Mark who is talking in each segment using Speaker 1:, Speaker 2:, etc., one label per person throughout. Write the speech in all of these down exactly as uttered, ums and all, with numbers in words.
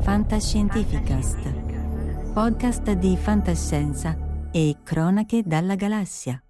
Speaker 1: Fantascientificast, podcast di fantascienza e cronache dalla galassia.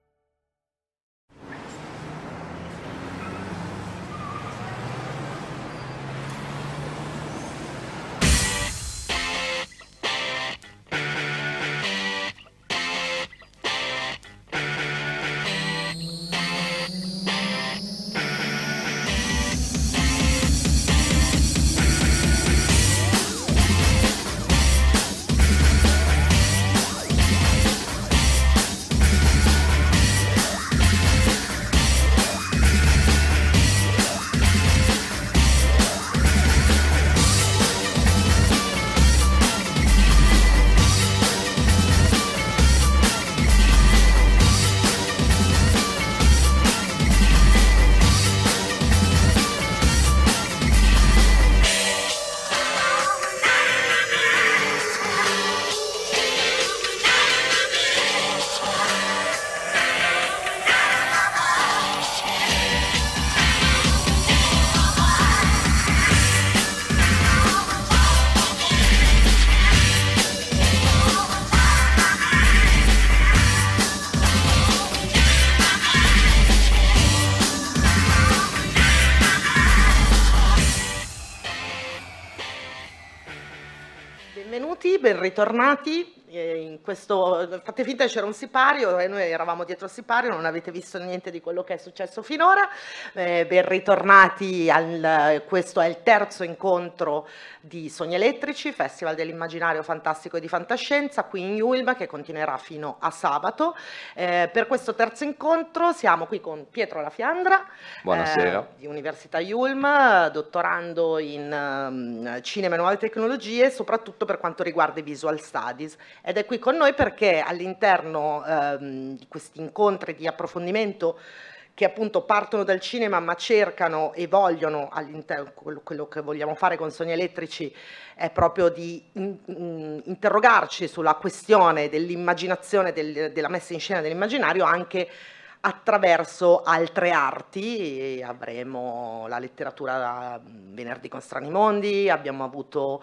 Speaker 2: Ben ritornati. In questo, fate finta che c'era un sipario e noi eravamo dietro il sipario, non avete visto niente di quello che è successo finora. Eh, ben ritornati, al, questo è il terzo incontro di Sogni Elettrici, Festival dell'immaginario fantastico e di fantascienza qui in Yulm, che continuerà fino a sabato. Eh, per questo terzo incontro siamo qui con Pietro La Fiandra,
Speaker 3: Buonasera.
Speaker 2: Eh, di Università Yulm, dottorando in um, cinema e nuove tecnologie, soprattutto per quanto riguarda i visual studies. Ed è qui con noi perché all'interno ehm, di questi incontri di approfondimento che appunto partono dal cinema ma cercano e vogliono, all'interno, quello, quello che vogliamo fare con Sogni Elettrici è proprio di in, in, interrogarci sulla questione dell'immaginazione, del, della messa in scena dell'immaginario anche attraverso altre arti. Avremo la letteratura venerdì con Strani Mondi, abbiamo avuto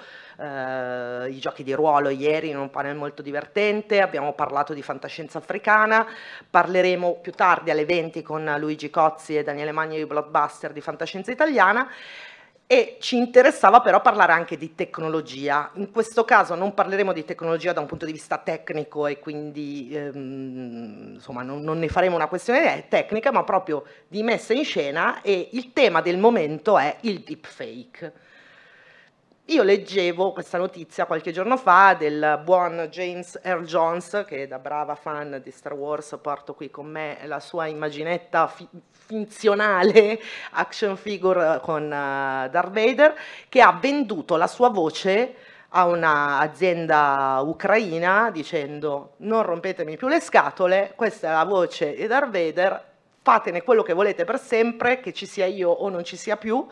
Speaker 2: eh, i giochi di ruolo ieri in un panel molto divertente, abbiamo parlato di fantascienza africana, parleremo più tardi alle venti con Luigi Cozzi e Daniele Magno di Blockbuster di fantascienza italiana. E ci interessava però parlare anche di tecnologia. In questo caso non parleremo di tecnologia da un punto di vista tecnico e quindi ehm, insomma non, non ne faremo una questione tecnica, ma proprio di messa in scena, e il tema del momento è il deepfake. Io leggevo questa notizia qualche giorno fa del buon James Earl Jones, che da brava fan di Star Wars porto qui con me la sua immaginetta fi- finzionale action figure con uh, Darth Vader, che ha venduto la sua voce a un'azienda ucraina dicendo: non rompetemi più le scatole, questa è la voce di Darth Vader, fatene quello che volete per sempre, che ci sia io o non ci sia più.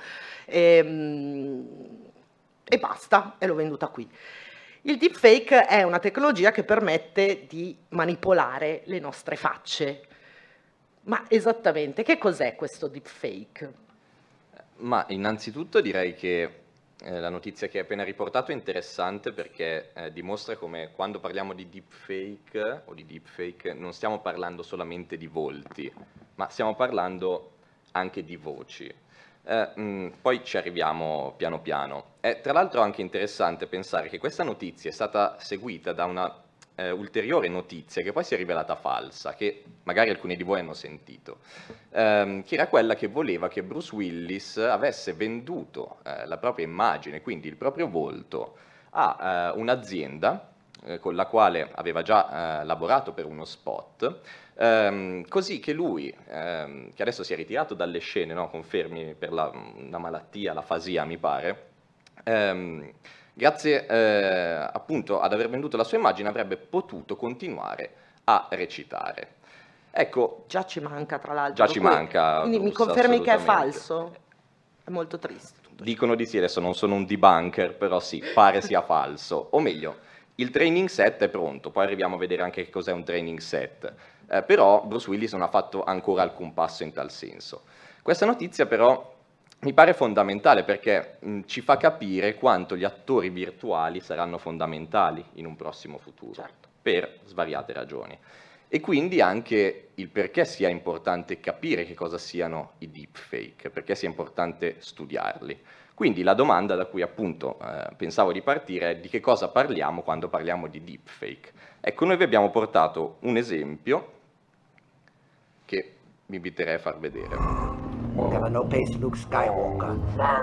Speaker 2: E, E basta, e l'ho venduta qui. Il deepfake è una tecnologia che permette di manipolare le nostre facce. Ma esattamente che cos'è questo deepfake?
Speaker 3: Ma innanzitutto direi che eh, la notizia che hai appena riportato è interessante perché eh, dimostra come quando parliamo di deepfake o di deepfake non stiamo parlando solamente di volti, ma stiamo parlando anche di voci. Eh, mh, poi ci arriviamo piano piano. È tra l'altro anche interessante pensare che questa notizia è stata seguita da una eh, ulteriore notizia che poi si è rivelata falsa, che magari alcuni di voi hanno sentito, ehm, che era quella che voleva che Bruce Willis avesse venduto eh, la propria immagine, quindi il proprio volto, a eh, un'azienda eh, con la quale aveva già eh, lavorato per uno spot, ehm, così che lui, ehm, che adesso si è ritirato dalle scene, no, confermi per la, una malattia, l'afasia mi pare, ehm, grazie eh, appunto ad aver venduto la sua immagine avrebbe potuto continuare a recitare. Ecco,
Speaker 2: già ci manca tra l'altro.
Speaker 3: Già ci manca.
Speaker 2: Quindi mi confermi che è falso? È molto triste.
Speaker 3: Dicono di sì, adesso non sono un debunker, però sì, pare sia falso. O meglio, il training set è pronto, poi arriviamo a vedere anche che cos'è un training set. Eh, però Bruce Willis non ha fatto ancora alcun passo in tal senso. Questa notizia però mi pare fondamentale perché mh, ci fa capire quanto gli attori virtuali saranno fondamentali in un prossimo futuro,
Speaker 2: Certo.
Speaker 3: per svariate ragioni. E quindi anche il perché sia importante capire che cosa siano i deepfake, perché sia importante studiarli. Quindi la domanda da cui appunto eh, pensavo di partire è di che cosa parliamo quando parliamo di deepfake. Ecco, noi vi abbiamo portato un esempio che vi inviterei a far vedere.
Speaker 4: Never no pace, Luke Skywalker.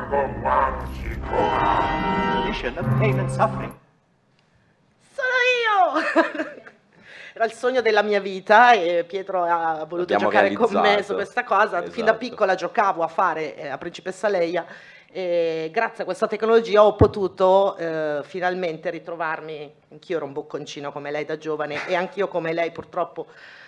Speaker 5: Mission of pain and suffering.
Speaker 2: Sono io! Era il sogno della mia vita e Pietro ha voluto
Speaker 3: L'abbiamo
Speaker 2: giocare con me
Speaker 3: realizzato.
Speaker 2: su questa cosa. Fin da
Speaker 3: Esatto.
Speaker 2: piccola giocavo a fare eh, la principessa Leia e grazie a questa tecnologia ho potuto eh, finalmente ritrovarmi, anch'io ero un bocconcino come lei da giovane e anch'io come lei purtroppo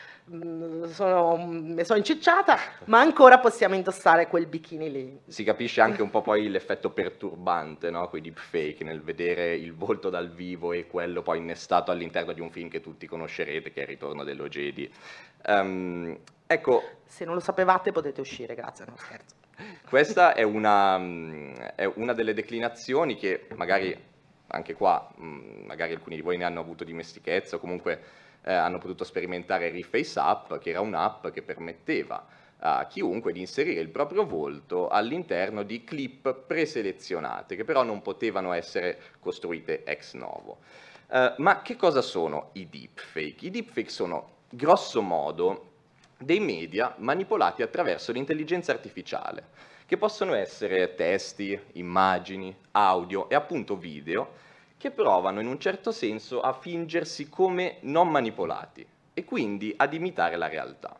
Speaker 2: mh, sono, mi sono incicciata, ma ancora possiamo indossare quel bikini lì.
Speaker 3: Si capisce anche un po' poi l'effetto perturbante, no? Quei deepfake, nel vedere il volto dal vivo e quello poi innestato all'interno di un film che tutti conoscerete, che è Il ritorno dello Jedi. Um, ecco,
Speaker 2: Se non lo sapevate potete uscire, grazie, no scherzo.
Speaker 3: questa è una, è una delle declinazioni che magari anche qua, magari alcuni di voi ne hanno avuto dimestichezza o comunque eh, hanno potuto sperimentare Reface App, che era un'app che permetteva a chiunque di inserire il proprio volto all'interno di clip preselezionate, che però non potevano essere costruite ex novo. Uh, ma che cosa sono i deepfake? I deepfake sono, grosso modo, dei media manipolati attraverso l'intelligenza artificiale, che possono essere testi, immagini, audio e appunto video, che provano in un certo senso a fingersi come non manipolati e quindi ad imitare la realtà.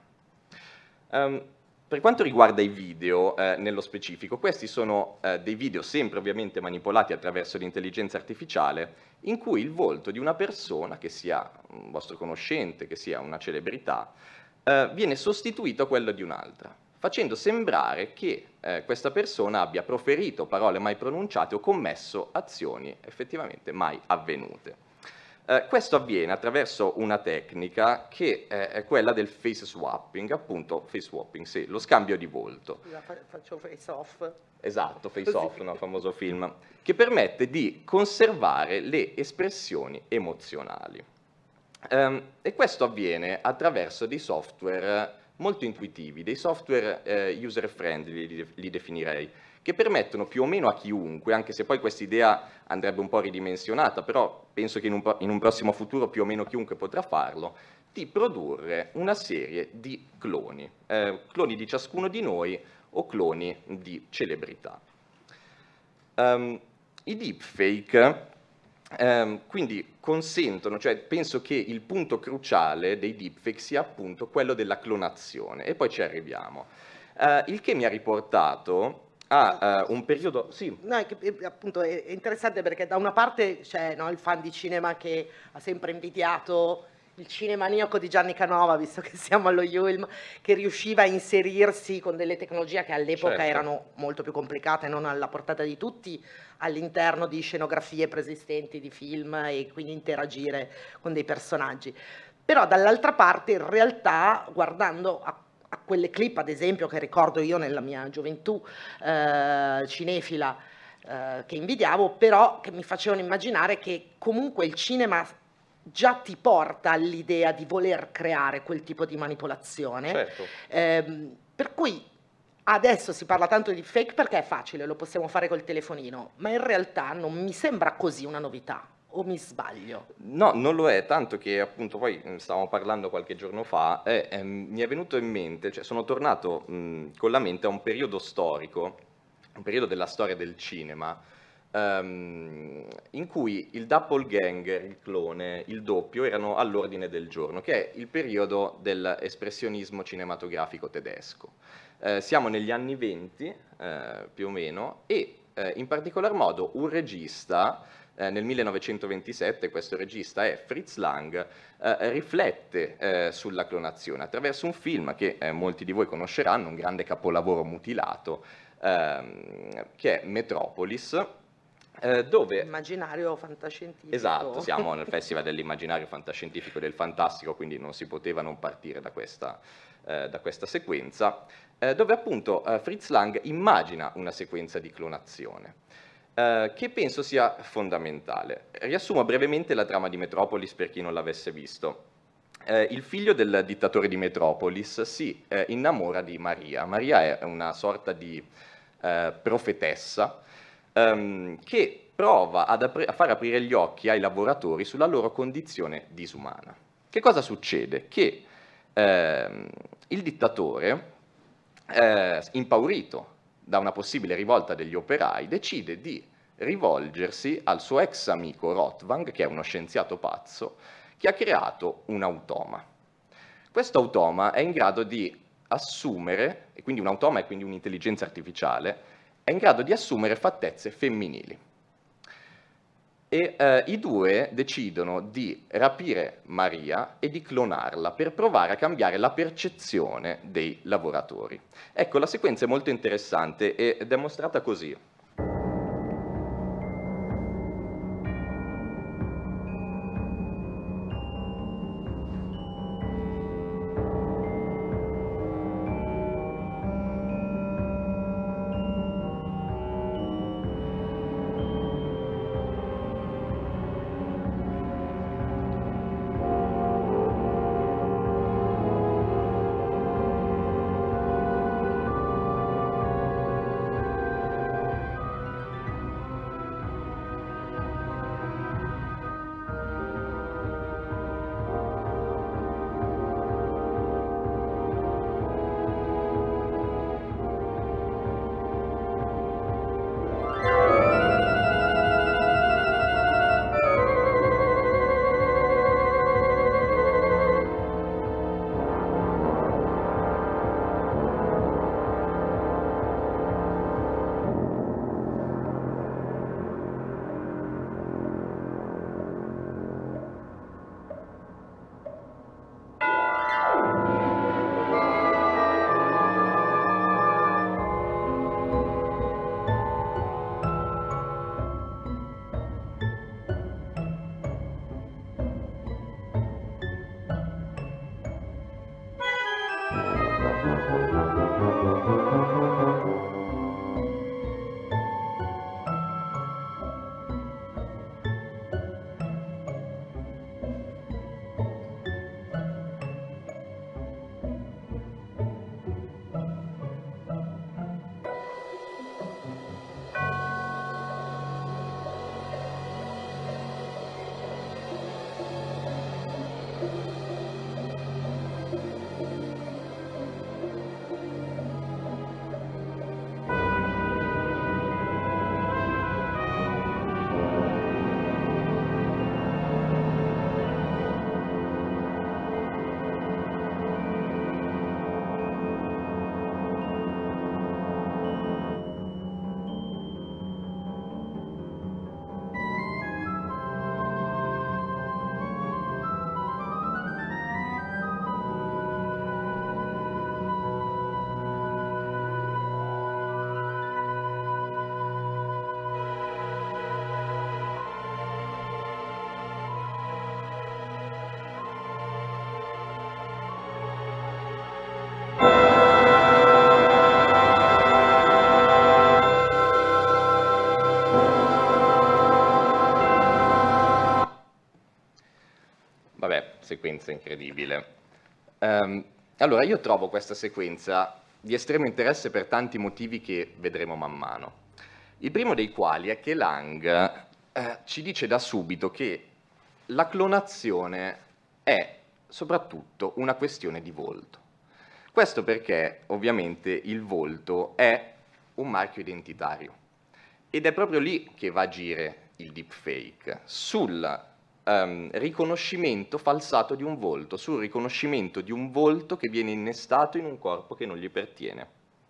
Speaker 3: Um, per quanto riguarda i video, eh, nello specifico, questi sono eh, dei video sempre ovviamente manipolati attraverso l'intelligenza artificiale, in cui il volto di una persona, che sia un vostro conoscente, che sia una celebrità, eh, viene sostituito a quello di un'altra, facendo sembrare che eh, questa persona abbia proferito parole mai pronunciate o commesso azioni effettivamente mai avvenute. Eh, questo avviene attraverso una tecnica che eh, è quella del face swapping, appunto face swapping, sì, lo scambio di volto.
Speaker 2: Scusa, fa- faccio face off.
Speaker 3: Esatto, Face
Speaker 2: Così.
Speaker 3: Off, no? Famoso film, che permette di conservare le espressioni emozionali. Um, e questo avviene attraverso dei software molto intuitivi, dei software eh, user-friendly, li, li definirei, che permettono più o meno a chiunque, anche se poi questa idea andrebbe un po' ridimensionata, però penso che in un, in un prossimo futuro più o meno chiunque potrà farlo, di produrre una serie di cloni, eh, cloni di ciascuno di noi o cloni di celebrità. Um, I deepfake um, quindi consentono, cioè penso che il punto cruciale dei deepfake sia appunto quello della clonazione, e poi ci arriviamo. Uh, il che mi ha riportato a uh, un periodo... Sì.
Speaker 2: No, è che, eh, appunto è è interessante perché da una parte c'è, no, il fan di cinema che ha sempre invidiato il cinemaniaco di Gianni Canova, visto che siamo allo U I L M, che riusciva a inserirsi con delle tecnologie che all'epoca
Speaker 3: Certo.
Speaker 2: erano molto più complicate, non alla portata di tutti, all'interno di scenografie preesistenti di film e quindi interagire con dei personaggi. Però dall'altra parte in realtà, guardando a a quelle clip, ad esempio, che ricordo io nella mia gioventù eh, cinefila, eh, che invidiavo, però che mi facevano immaginare che comunque il cinema già ti porta all'idea di voler creare quel tipo di manipolazione.
Speaker 3: Certo.
Speaker 2: Ehm, per cui adesso si parla tanto di fake perché è facile, lo possiamo fare col telefonino, ma in realtà non mi sembra così una novità. O mi sbaglio?
Speaker 3: No, non lo è, tanto che appunto poi mh, stavamo parlando qualche giorno fa e ehm, mi è venuto in mente, cioè sono tornato mh, con la mente a un periodo storico, un periodo della storia del cinema, ehm, in cui il doppelganger, il clone, il doppio erano all'ordine del giorno, che è il periodo dell'espressionismo cinematografico tedesco. Eh, siamo negli anni venti, eh, più o meno, e eh, in particolar modo un regista... nel millenovecentoventisette, questo regista è Fritz Lang, eh, riflette eh, sulla clonazione attraverso un film che eh, molti di voi conosceranno, un grande capolavoro mutilato, ehm, che è Metropolis, eh, dove...
Speaker 2: Immaginario fantascientifico.
Speaker 3: Esatto, siamo nel Festival dell'immaginario fantascientifico e del fantastico, quindi non si poteva non partire da questa, eh, da questa sequenza, eh, dove appunto eh, Fritz Lang immagina una sequenza di clonazione, eh, che penso sia fondamentale. Riassumo brevemente la trama di Metropolis per chi non l'avesse visto. Eh, il figlio del dittatore di Metropolis si eh, innamora di Maria. Maria è una sorta di eh, profetessa ehm, che prova ad apri- a far aprire gli occhi ai lavoratori sulla loro condizione disumana. Che cosa succede? Che ehm, il dittatore, eh, impaurito da una possibile rivolta degli operai, decide di rivolgersi al suo ex amico Rottwang, che è uno scienziato pazzo, che ha creato un automa. Questo automa è in grado di assumere, e quindi un automa è quindi un'intelligenza artificiale, è in grado di assumere fattezze femminili. E eh, i due decidono di rapire Maria e di clonarla per provare a cambiare la percezione dei lavoratori. Ecco, la sequenza è molto interessante ed è mostrata così. Sequenza incredibile. Um, allora, io trovo questa sequenza di estremo interesse per tanti motivi che vedremo man mano. Il primo dei quali è che Lang eh, ci dice da subito che la clonazione è soprattutto una questione di volto. Questo perché, ovviamente, il volto è un marchio identitario ed è proprio lì che va a agire il deepfake, sul Um, riconoscimento falsato di un volto, sul riconoscimento di un volto che viene innestato in un corpo che non gli pertiene.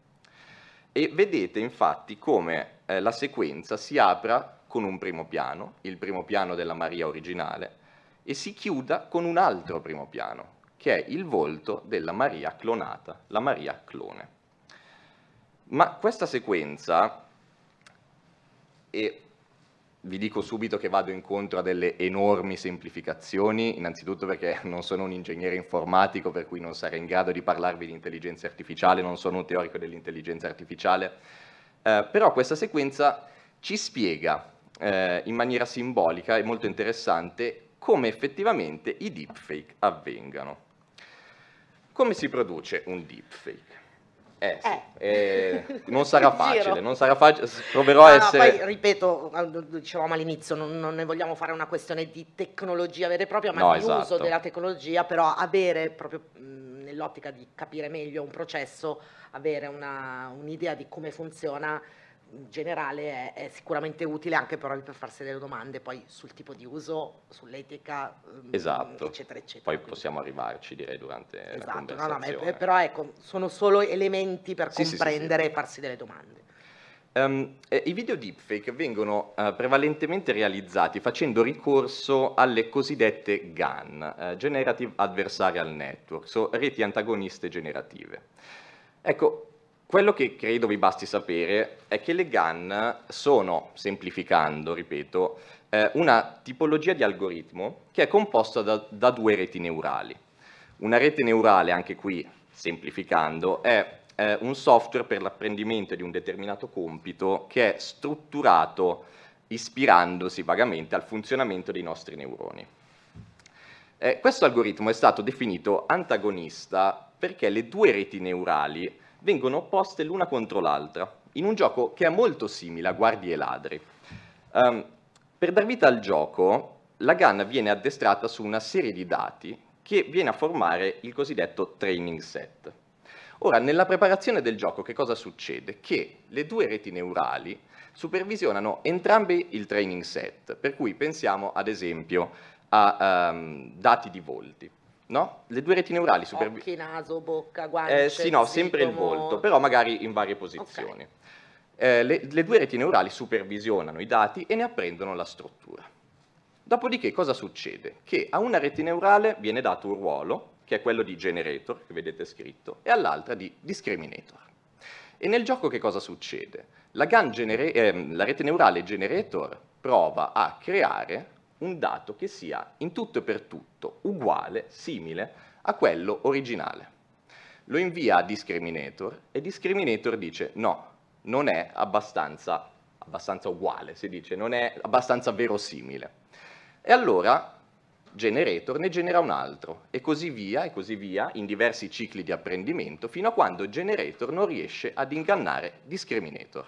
Speaker 3: E vedete infatti come eh, la sequenza si apra con un primo piano, il primo piano della Maria originale, e si chiuda con un altro primo piano, che è il volto della Maria clonata, la Maria clone. Ma questa sequenza, e vi dico subito che vado incontro a delle enormi semplificazioni, innanzitutto perché non sono un ingegnere informatico, per cui non sarei in grado di parlarvi di intelligenza artificiale, non sono un teorico dell'intelligenza artificiale, eh, però questa sequenza ci spiega eh, in maniera simbolica e molto interessante come effettivamente i deepfake avvengano. Come si produce un deepfake? Eh, sì,
Speaker 2: Eh.
Speaker 3: eh, non sarà facile,
Speaker 2: Giro.
Speaker 3: non sarà facile, proverò a
Speaker 2: No, no,
Speaker 3: essere...
Speaker 2: poi ripeto, dicevamo all'inizio, non, non ne vogliamo fare una questione di tecnologia vera e propria, ma
Speaker 3: No,
Speaker 2: di
Speaker 3: esatto.
Speaker 2: uso della tecnologia, però avere proprio mh, nell'ottica di capire meglio un processo, avere una- un'idea di come funziona in generale è, è sicuramente utile anche però per farsi delle domande poi sul tipo di uso, sull'etica, mh,
Speaker 3: Esatto,
Speaker 2: eccetera, eccetera.
Speaker 3: poi
Speaker 2: Quindi-
Speaker 3: possiamo arrivarci direi durante la
Speaker 2: Esatto, no, no,
Speaker 3: conversazione.
Speaker 2: ma è- però ecco, sono solo elementi per
Speaker 3: Sì, sì, sì,
Speaker 2: comprendere
Speaker 3: sì.
Speaker 2: e farsi delle domande.
Speaker 3: Um, eh, I video deepfake vengono uh, prevalentemente realizzati facendo ricorso alle cosiddette G A N, uh, Generative Adversarial Network, o reti antagoniste generative. Ecco, quello che credo vi basti sapere è che le G A N sono, semplificando, ripeto, eh, una tipologia di algoritmo che è composta da, da due reti neurali. Una rete neurale, anche qui semplificando, è eh, un software per l'apprendimento di un determinato compito che è strutturato ispirandosi vagamente al funzionamento dei nostri neuroni. Eh, questo algoritmo è stato definito antagonista perché le due reti neurali vengono poste l'una contro l'altra, in un gioco che è molto simile a Guardie e Ladri. Um, per dar vita al gioco, la G A N viene addestrata su una serie di dati che viene a formare il cosiddetto training set. Ora, nella preparazione del gioco che cosa succede? Che le due reti neurali supervisionano entrambi il training set, per cui pensiamo ad esempio a um, dati di volti. No? Le due reti neurali supervisionano...
Speaker 2: Occhi, naso, bocca, guance,
Speaker 3: Eh, sì, no, sempre il
Speaker 2: zigomo.
Speaker 3: volto, però magari in varie posizioni. Eh, le, le due reti neurali supervisionano i dati e ne apprendono la struttura. Dopodiché cosa succede? Che a una rete neurale viene dato un ruolo, che è quello di generator, che vedete scritto, e all'altra di discriminator. E nel gioco che cosa succede? La, G A N genera- eh, la rete neurale generator prova a creare un dato che sia in tutto e per tutto uguale, simile a quello originale. Lo invia a discriminator e discriminator dice no, non è abbastanza, abbastanza uguale, si dice, non è abbastanza verosimile. E allora generator ne genera un altro e così via e così via in diversi cicli di apprendimento fino a quando generator non riesce ad ingannare discriminator.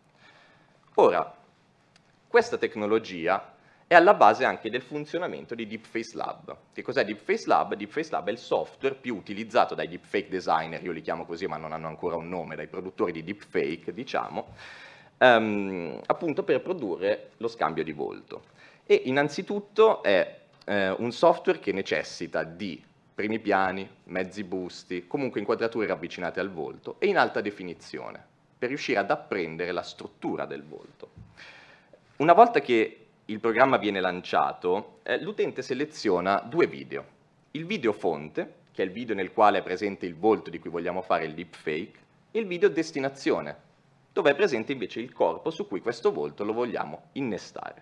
Speaker 3: Ora, questa tecnologia è alla base anche del funzionamento di Deepface Lab. Che cos'è Deepface Lab? Deepface Lab è il software più utilizzato dai deepfake designer, io li chiamo così ma non hanno ancora un nome, dai produttori di deepfake, diciamo, ehm, appunto per produrre lo scambio di volto. E innanzitutto è eh, un software che necessita di primi piani, mezzi busti, comunque inquadrature ravvicinate al volto e in alta definizione, per riuscire ad apprendere la struttura del volto. Una volta che il programma viene lanciato, eh, l'utente seleziona due video. Il video fonte, che è il video nel quale è presente il volto di cui vogliamo fare il deepfake, e il video destinazione, dove è presente invece il corpo su cui questo volto lo vogliamo innestare.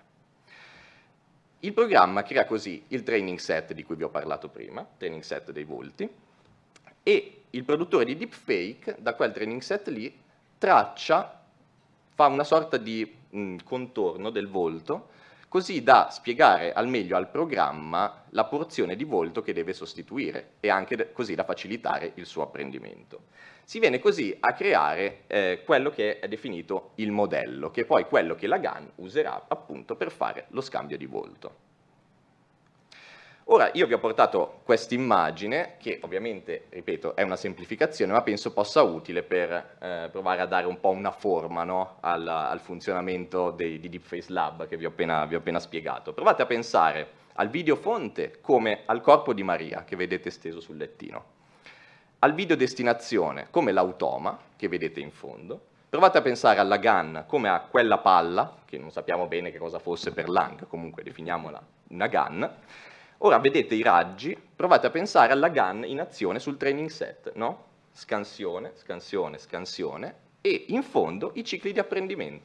Speaker 3: Il programma crea così il training set di cui vi ho parlato prima, training set dei volti, e il produttore di deepfake da quel training set lì traccia, fa una sorta di mh, contorno del volto, così da spiegare al meglio al programma la porzione di volto che deve sostituire e anche così da facilitare il suo apprendimento. Si viene così a creare eh, quello che è definito il modello, che è poi quello che la G A N userà appunto per fare lo scambio di volto. Ora, io vi ho portato questa immagine, che ovviamente, ripeto, è una semplificazione, ma penso possa utile per eh, provare a dare un po' una forma, no, al, al funzionamento dei, di Deepface Lab che vi ho, appena, vi ho appena spiegato. Provate a pensare al video fonte come al corpo di Maria, che vedete steso sul lettino, al video destinazione come l'automa, che vedete in fondo. Provate a pensare alla G A N come a quella palla, che non sappiamo bene che cosa fosse per l'A N G, comunque definiamola una G A N. Ora vedete i raggi, provate a pensare alla G A N in azione sul training set, no? Scansione, scansione, scansione e in fondo i cicli di apprendimento.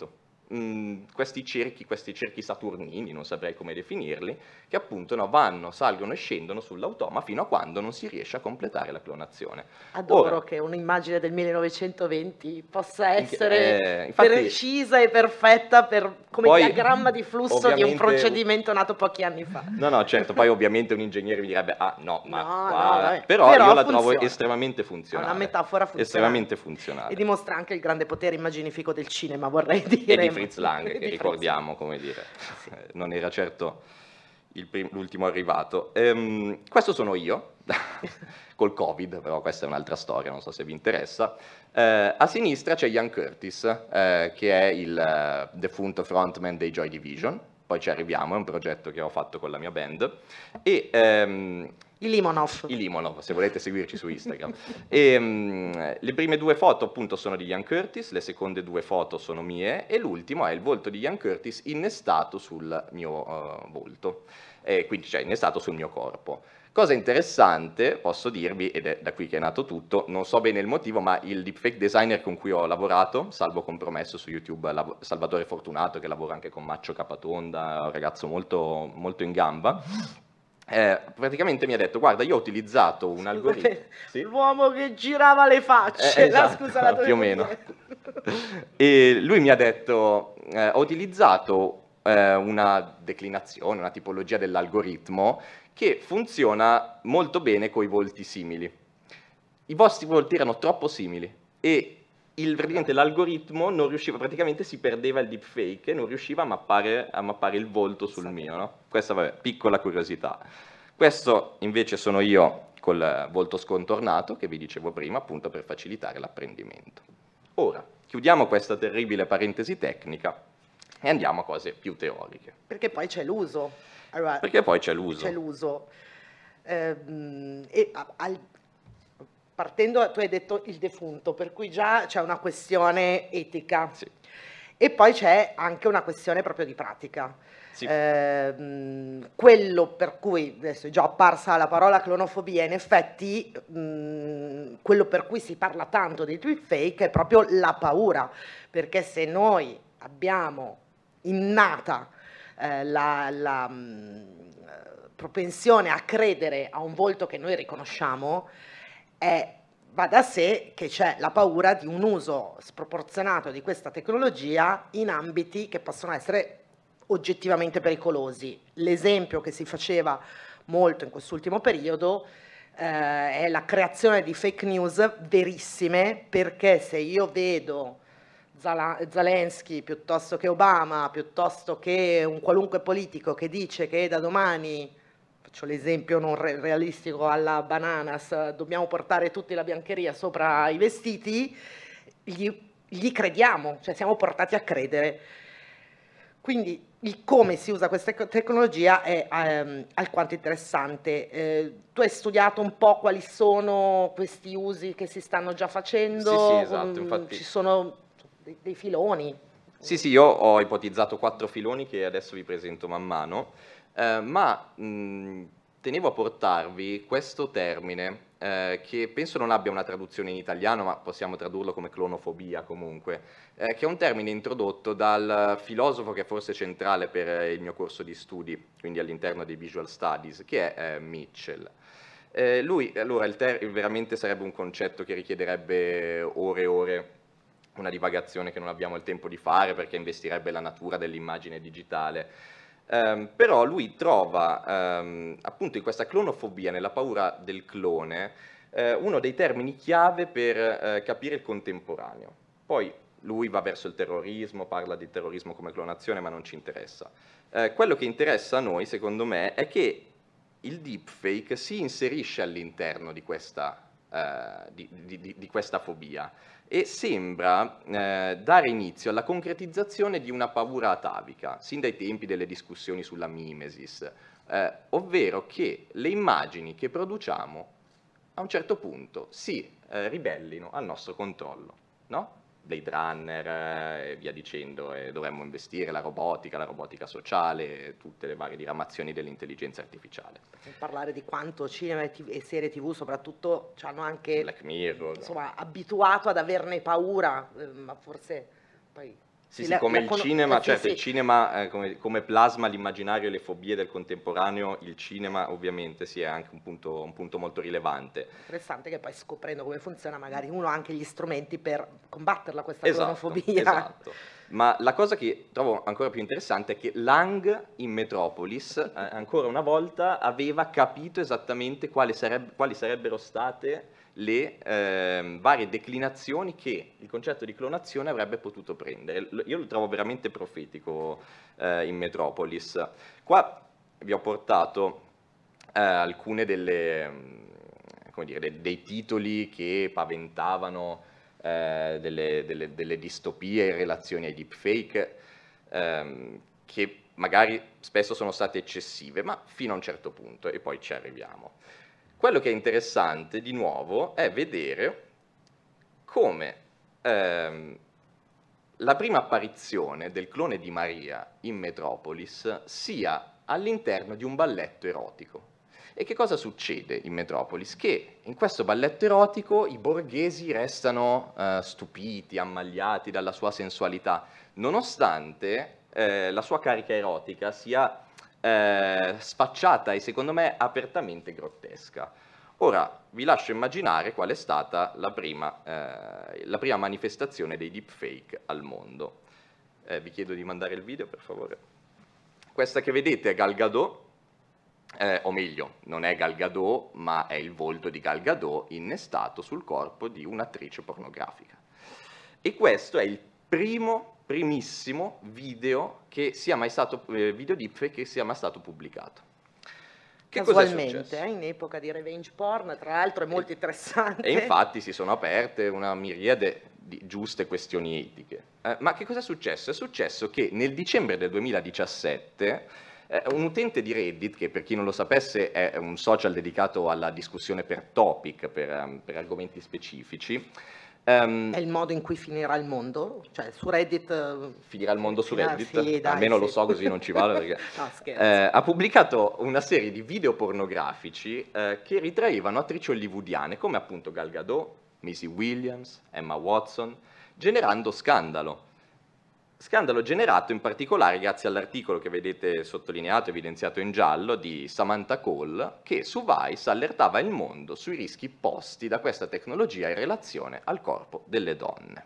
Speaker 3: mh, questi cerchi, questi cerchi saturnini, non saprei come definirli, che appunto no, vanno, salgono e scendono sull'automa fino a quando non si riesce a completare la clonazione.
Speaker 2: Adoro
Speaker 3: Ora,
Speaker 2: che un'immagine del millenovecentoventi possa
Speaker 3: in-
Speaker 2: essere
Speaker 3: eh, infatti-
Speaker 2: precisa e perfetta per, come
Speaker 3: Poi,
Speaker 2: diagramma di flusso di un
Speaker 3: ovviamente-
Speaker 2: procedimento nato pochi anni fa.
Speaker 3: No, no, certo, poi ovviamente un ingegnere mi direbbe, ah no, ma
Speaker 2: No,
Speaker 3: qua...
Speaker 2: no, vabbè.
Speaker 3: Però,
Speaker 2: Però
Speaker 3: io la trovo
Speaker 2: funziona.
Speaker 3: estremamente funzionale.
Speaker 2: È una metafora funzionale.
Speaker 3: Estremamente funzionale.
Speaker 2: E dimostra anche il grande potere immaginifico del cinema, vorrei dire.
Speaker 3: E di Fritz Lang,
Speaker 2: E
Speaker 3: che
Speaker 2: di Fritz
Speaker 3: ricordiamo, come dire, eh, non era certo il prim- l'ultimo arrivato. Ehm, questo sono io, col Covid, però questa è un'altra storia, non so se vi interessa. Eh, a sinistra c'è Ian Curtis, eh, che è il eh, defunto frontman dei Joy Division, poi ci arriviamo, è un progetto che ho fatto con la mia band, e... ehm,
Speaker 2: I Limonov.
Speaker 3: I Limonov, se volete seguirci su Instagram. E, um, le prime due foto appunto sono di Ian Curtis, le seconde due foto sono mie e l'ultimo è il volto di Ian Curtis innestato sul mio uh, volto, e quindi cioè innestato sul mio corpo. Cosa interessante, posso dirvi, ed è da qui che è nato tutto, non so bene il motivo, ma il deepfake designer con cui ho lavorato, salvo compromesso su YouTube, lav- Salvatore Fortunato, che lavora anche con Maccio Capatonda, un ragazzo molto, molto in gamba, Eh, praticamente mi ha detto, guarda, io ho utilizzato un algoritmo... Sì?
Speaker 2: L'uomo che girava le facce,
Speaker 3: Eh, esatto,
Speaker 2: la, scusa, la
Speaker 3: più o meno. E lui mi ha detto, eh, ho utilizzato eh, una declinazione, una tipologia dell'algoritmo che funziona molto bene con i volti simili. I vostri volti erano troppo simili e il, praticamente l'algoritmo non riusciva, praticamente si perdeva il deepfake e non riusciva a mappare, a mappare il volto sul mio, no? Questa, vabbè, piccola curiosità. Questo invece sono io col volto scontornato, che vi dicevo prima, appunto per facilitare l'apprendimento. Ora, chiudiamo questa terribile parentesi tecnica e andiamo a cose più teoriche.
Speaker 2: Perché poi c'è l'uso. Allora,
Speaker 3: Perché poi c'è l'uso.
Speaker 2: C'è l'uso. Ehm, e a- al- partendo, tu hai detto il defunto, per cui già c'è una questione etica.
Speaker 3: Sì.
Speaker 2: E poi c'è anche una questione proprio di pratica.
Speaker 3: Sì.
Speaker 2: Ehm, quello per cui, adesso è già apparsa la parola clonofobia, in effetti mh, quello per cui si parla tanto dei deepfake è proprio la paura, perché se noi abbiamo innata eh, la, la mh, propensione a credere a un volto che noi riconosciamo, è, va da sé che c'è la paura di un uso sproporzionato di questa tecnologia in ambiti che possono essere oggettivamente pericolosi. L'esempio che si faceva molto in quest'ultimo periodo eh, è la creazione di fake news verissime, perché se io vedo Zala- Zelensky piuttosto che Obama, piuttosto che un qualunque politico che dice che da domani, faccio l'esempio non re- realistico alla Bananas, dobbiamo portare tutti la biancheria sopra i vestiti, gli, gli crediamo, cioè siamo portati a credere. Quindi il come si usa questa tec- tecnologia è ehm, alquanto interessante. Eh, tu hai studiato un po' quali sono questi usi che si stanno già facendo?
Speaker 3: Sì, sì, esatto,
Speaker 2: Mm,
Speaker 3: infatti-
Speaker 2: Ci sono dei, dei filoni.
Speaker 3: Sì, sì, io ho ipotizzato quattro filoni che adesso vi presento man mano, eh, ma mh, tenevo a portarvi questo termine eh, che penso non abbia una traduzione in italiano, ma possiamo tradurlo come clonofobia comunque, eh, che è un termine introdotto dal filosofo che è forse centrale per eh, il mio corso di studi, quindi all'interno dei Visual Studies, che è eh, Mitchell. Eh, lui, allora, il ter- veramente sarebbe un concetto che richiederebbe ore e ore, una divagazione che non abbiamo il tempo di fare perché investirebbe la natura dell'immagine digitale. Ehm, però lui trova ehm, appunto in questa clonofobia, nella paura del clone, eh, uno dei termini chiave per eh, capire il contemporaneo. Poi lui va verso il terrorismo, parla di terrorismo come clonazione, ma non ci interessa. Eh, quello che interessa a noi, secondo me, è che il deepfake si inserisce all'interno di questa, eh, di, di, di, di questa fobia e sembra eh, dare inizio alla concretizzazione di una paura atavica, sin dai tempi delle discussioni sulla mimesis, eh, ovvero che le immagini che produciamo a un certo punto si eh, ribellino al nostro controllo, no? Blade Runner eh, e via dicendo, e dovremmo investire la robotica, la robotica sociale, tutte le varie diramazioni dell'intelligenza artificiale.
Speaker 2: Per parlare di quanto cinema e, T V e serie tivù soprattutto ci hanno anche
Speaker 3: Black Mirror.
Speaker 2: insomma, abituato ad averne paura, eh, ma forse poi
Speaker 3: Sì,
Speaker 2: Sì,
Speaker 3: sì,
Speaker 2: la-
Speaker 3: come
Speaker 2: la
Speaker 3: il
Speaker 2: cono-
Speaker 3: cinema,
Speaker 2: eh, sì,
Speaker 3: certo,
Speaker 2: sì.
Speaker 3: il cinema eh, come, come plasma l'immaginario e le fobie del contemporaneo, il cinema ovviamente sì, è anche un punto, un punto molto rilevante.
Speaker 2: Interessante che poi scoprendo come funziona magari uno ha anche gli strumenti per combatterla questa
Speaker 3: Esatto,
Speaker 2: clonofobia.
Speaker 3: esatto. Ma la cosa che trovo ancora più interessante è che Lang in Metropolis, eh, ancora una volta, aveva capito esattamente quali, sareb- quali sarebbero state le ehm, varie declinazioni che il concetto di clonazione avrebbe potuto prendere. L- Io lo trovo veramente profetico eh, in Metropolis. Qua vi ho portato eh, alcune delle, mm, come dire, de- dei titoli che paventavano eh, delle, delle- delle distopie in relazione ai deepfake, ehm, che magari spesso sono state eccessive, ma fino a un certo punto, e poi ci arriviamo. Quello che è interessante, di nuovo, è vedere come ehm, la prima apparizione del clone di Maria in Metropolis sia all'interno di un balletto erotico. E che cosa succede in Metropolis? Che in questo balletto erotico i borghesi restano eh, stupiti, ammagliati dalla sua sensualità, nonostante eh, la sua carica erotica sia eh, sfacciata e secondo me apertamente grottesca. Ora vi lascio immaginare qual è stata la prima, eh, la prima manifestazione dei deepfake al mondo. Eh, vi chiedo di mandare il video, per favore. Questa che vedete è Gal Gadot, eh, o meglio, non è Gal Gadot, ma è il volto di Gal Gadot innestato sul corpo di un'attrice pornografica. E questo è il primo, primissimo video che sia mai stato, eh, video deepfake che sia mai stato pubblicato. Che cos'è
Speaker 2: Casualmente,
Speaker 3: successo?
Speaker 2: eh, in epoca di revenge porn, tra l'altro è molto interessante.
Speaker 3: E infatti si sono aperte una miriade di giuste questioni etiche. Eh, ma che cosa è successo? È successo che nel dicembre del duemiladiciassette eh, un utente di Reddit, che per chi non lo sapesse è un social dedicato alla discussione per topic, per, um, per argomenti specifici, ehm,
Speaker 2: È il modo in cui finirà il mondo? Cioè su Reddit... eh,
Speaker 3: finirà il mondo su
Speaker 2: finirà-
Speaker 3: Reddit,
Speaker 2: sì, dai,
Speaker 3: almeno lo
Speaker 2: sì.
Speaker 3: so così non ci vale perché
Speaker 2: No, scherzo.
Speaker 3: eh, ha pubblicato una serie di video pornografici eh, che ritraevano attrici hollywoodiane come appunto Gal Gadot, Maisie Williams, Emma Watson, generando scandalo. Scandalo generato in particolare grazie all'articolo che vedete sottolineato, evidenziato in giallo, di Samantha Cole, che su Vice allertava il mondo sui rischi posti da questa tecnologia in relazione al corpo delle donne.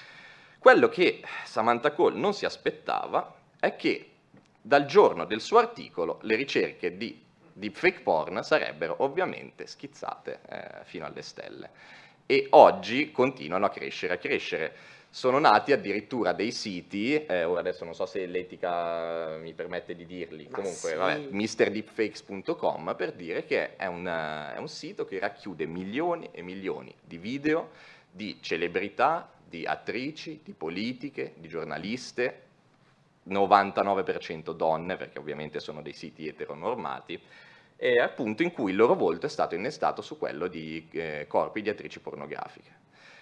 Speaker 3: Quello che Samantha Cole non si aspettava è che dal giorno del suo articolo le ricerche di deepfake porn sarebbero ovviamente schizzate eh, fino alle stelle. E oggi continuano a crescere, a crescere. Sono nati addirittura dei siti, eh, ora adesso non so se l'etica mi permette di dirli,
Speaker 2: Ma
Speaker 3: comunque
Speaker 2: sì.
Speaker 3: vabbè, mister deepfakes punto com, per dire che è un, è un sito che racchiude milioni e milioni di video di celebrità, di attrici, di politiche, di giornaliste, novantanove per cento donne, perché ovviamente sono dei siti eteronormati, e appunto in cui il loro volto è stato innestato su quello di eh, corpi di attrici pornografiche.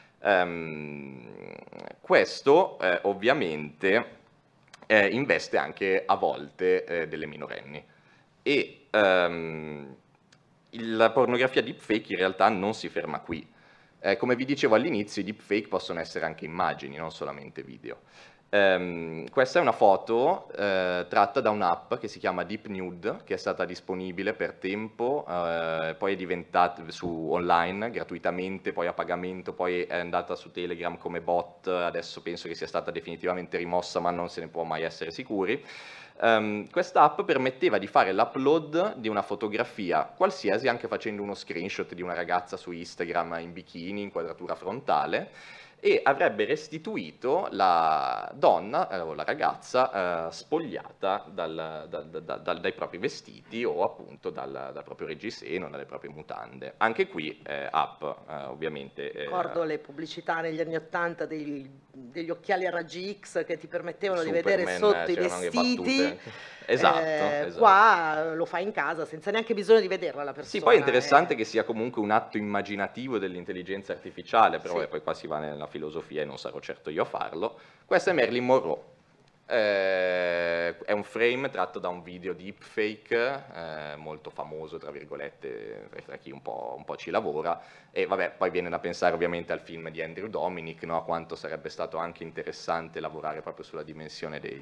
Speaker 3: Um, questo eh, ovviamente eh, investe anche a volte eh, delle minorenni e um, il- la pornografia deepfake in realtà non si ferma qui. Eh, come vi dicevo all'inizio, i deepfake possono essere anche immagini, non solamente video. Ehm, questa è una foto eh, tratta da un'app che si chiama Deep Nude, che è stata disponibile per tempo, eh, poi è diventata su online gratuitamente, poi a pagamento, poi è andata su Telegram come bot, adesso penso che sia stata definitivamente rimossa, ma non se ne può mai essere sicuri. Um, questa app permetteva di fare l'upload di una fotografia qualsiasi, anche facendo uno screenshot di una ragazza su Instagram in bikini, inquadratura frontale, e avrebbe restituito la donna eh, o la ragazza eh, spogliata dal- dal- dal- dal- dai propri vestiti o appunto dal, dal proprio reggiseno, dalle proprie mutande. Anche qui eh, app eh, ovviamente... eh,
Speaker 2: Ricordo le pubblicità negli anni Ottanta degli, degli occhiali a raggi X che ti permettevano di
Speaker 3: Superman,
Speaker 2: vedere sotto
Speaker 3: eh,
Speaker 2: i
Speaker 3: c'erano anche
Speaker 2: vestiti.
Speaker 3: battute. Esatto,
Speaker 2: Eh,
Speaker 3: esatto.
Speaker 2: Qua lo fai in casa senza neanche bisogno di vederla la persona.
Speaker 3: Sì, poi è interessante
Speaker 2: eh.
Speaker 3: che sia comunque un atto immaginativo dell'intelligenza artificiale, però
Speaker 2: Sì.
Speaker 3: eh, poi qua si va nella filosofia e non sarò certo io a farlo. Questa è Marilyn Monroe. Eh, è un frame tratto da un video deepfake eh, molto famoso, tra virgolette, tra chi un po', un po' ci lavora, e vabbè, poi viene da pensare ovviamente al film di Andrew Dominic, no? A quanto sarebbe stato anche interessante lavorare proprio sulla dimensione dei,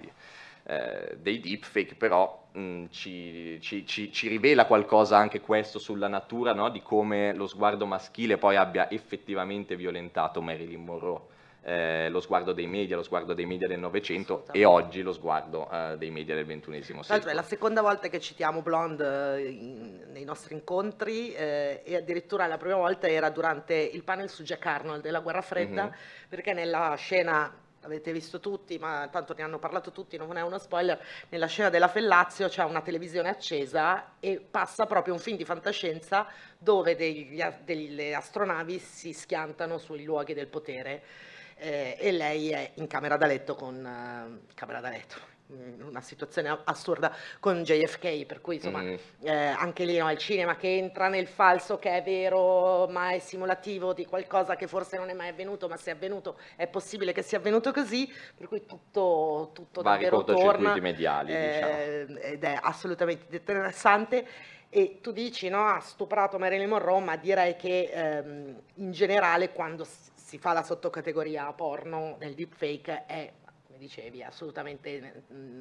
Speaker 3: eh, dei deepfake, però mh, ci, ci, ci, ci rivela qualcosa anche questo sulla natura, no? Di come lo sguardo maschile poi abbia effettivamente violentato Marilyn Monroe. Eh, lo sguardo dei media, lo sguardo dei media del Novecento e oggi lo sguardo eh, dei media del ventunesimo
Speaker 2: Tra l'altro
Speaker 3: secolo.
Speaker 2: è la seconda volta che citiamo Blonde eh, in- nei nostri incontri eh, e addirittura la prima volta era durante il panel su Jack Arnold della Guerra Fredda,
Speaker 3: Mhm.
Speaker 2: perché nella scena, avete visto tutti, ma tanto ne hanno parlato tutti, non è uno spoiler, nella scena della Fellazio c'è una televisione accesa e passa proprio un film di fantascienza dove degli a- delle astronavi si schiantano sui luoghi del potere. Eh, e lei è in camera da letto con eh, camera da letto in una situazione a- assurda con J F K, per cui insomma
Speaker 3: Mm.
Speaker 2: eh, anche lì no, il cinema che entra nel falso, che è vero ma è simulativo di qualcosa che forse non è mai avvenuto, ma se è avvenuto è possibile che sia avvenuto così, per cui tutto, tutto
Speaker 3: Vari
Speaker 2: davvero
Speaker 3: cortocircuiti
Speaker 2: torna
Speaker 3: mediali, diciamo.
Speaker 2: eh, ed è assolutamente interessante. E tu dici, no, ha stuprato Marilyn Monroe, ma direi che ehm, in generale quando s- si fa la sottocategoria porno nel deepfake è, come dicevi, assolutamente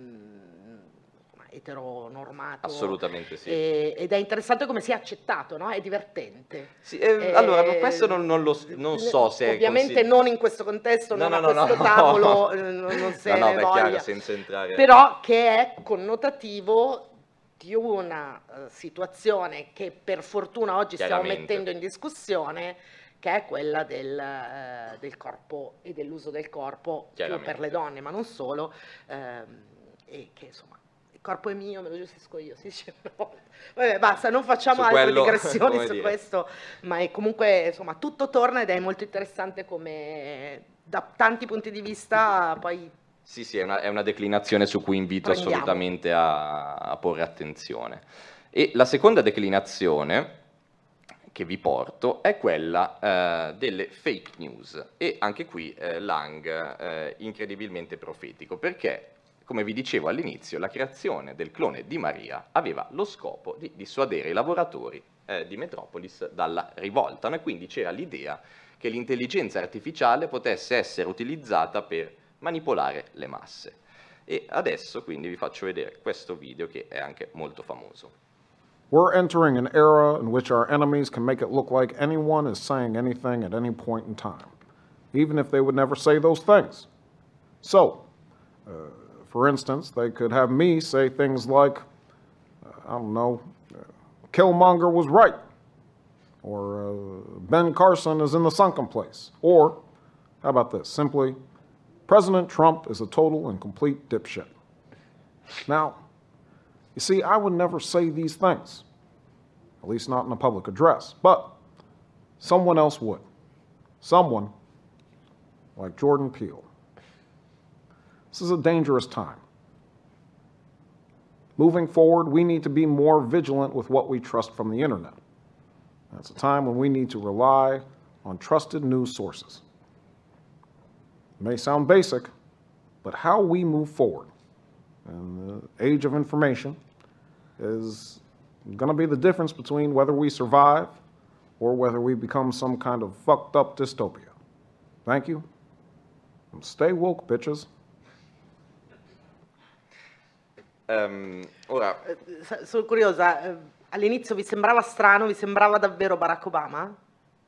Speaker 2: mm, insomma, eteronormato.
Speaker 3: Assolutamente sì.
Speaker 2: E- ed è interessante come sia accettato, no? È divertente.
Speaker 3: Sì, eh,
Speaker 2: Eh,
Speaker 3: allora, ma questo non, non lo s- non so se è
Speaker 2: Ovviamente
Speaker 3: consid-
Speaker 2: non in questo contesto,
Speaker 3: No,
Speaker 2: non
Speaker 3: no,
Speaker 2: a
Speaker 3: no,
Speaker 2: questo
Speaker 3: no.
Speaker 2: tavolo, eh, non, non se
Speaker 3: No, no,
Speaker 2: ne
Speaker 3: beh, è chiaro,
Speaker 2: voglia.
Speaker 3: senza entrare...
Speaker 2: Però che è connotativo di una eh, situazione che per fortuna oggi stiamo
Speaker 3: Chiaramente.
Speaker 2: mettendo in discussione, che è quella del, eh, del corpo e dell'uso del corpo più
Speaker 3: Chiaramente.
Speaker 2: per le donne, ma non solo, ehm, e che insomma il corpo è mio, me lo gestisco io, si dice una volta. Vabbè, basta, non facciamo
Speaker 3: Su
Speaker 2: altre
Speaker 3: quello,
Speaker 2: digressioni
Speaker 3: come
Speaker 2: su
Speaker 3: dire.
Speaker 2: questo, ma è comunque insomma tutto torna ed è molto interessante come da tanti punti di vista poi
Speaker 3: Sì, sì, è una, è una declinazione su cui invito
Speaker 2: Prendiamo.
Speaker 3: assolutamente a, a porre attenzione. E la seconda declinazione che vi porto è quella eh, delle fake news, e anche qui eh, Lang eh, incredibilmente profetico, perché, come vi dicevo all'inizio, la creazione del clone di Maria aveva lo scopo di dissuadere i lavoratori eh, di Metropolis dalla rivolta, no? E quindi c'era l'idea che l'intelligenza artificiale potesse essere utilizzata per manipolare le masse. E adesso quindi vi faccio vedere questo video che è anche molto famoso.
Speaker 6: We're entering an era in which our enemies can make it look like anyone is saying anything at any point in time, even if they would never say those things. So, uh, for instance, they could have me say things like, uh, I don't know, uh, Killmonger was right, or uh, Ben Carson is in the sunken place, or, how about this, simply, President Trump is a total and complete dipshit. Now, you see, I would never say these things, at least not in a public address, but someone else would. Someone like Jordan Peele. This is a dangerous time. Moving forward, we need to be more vigilant with what we trust from the internet. It's a time when we need to rely on trusted news sources. It may sound basic, but how we move forward in the age of information is going to be the difference between whether we survive or whether we become some kind of fucked up dystopia. Thank you. And stay woke, bitches.
Speaker 3: Ehm, ora,
Speaker 2: Eh, s- sono curiosa, eh, all'inizio vi sembrava strano, vi sembrava davvero Barack Obama?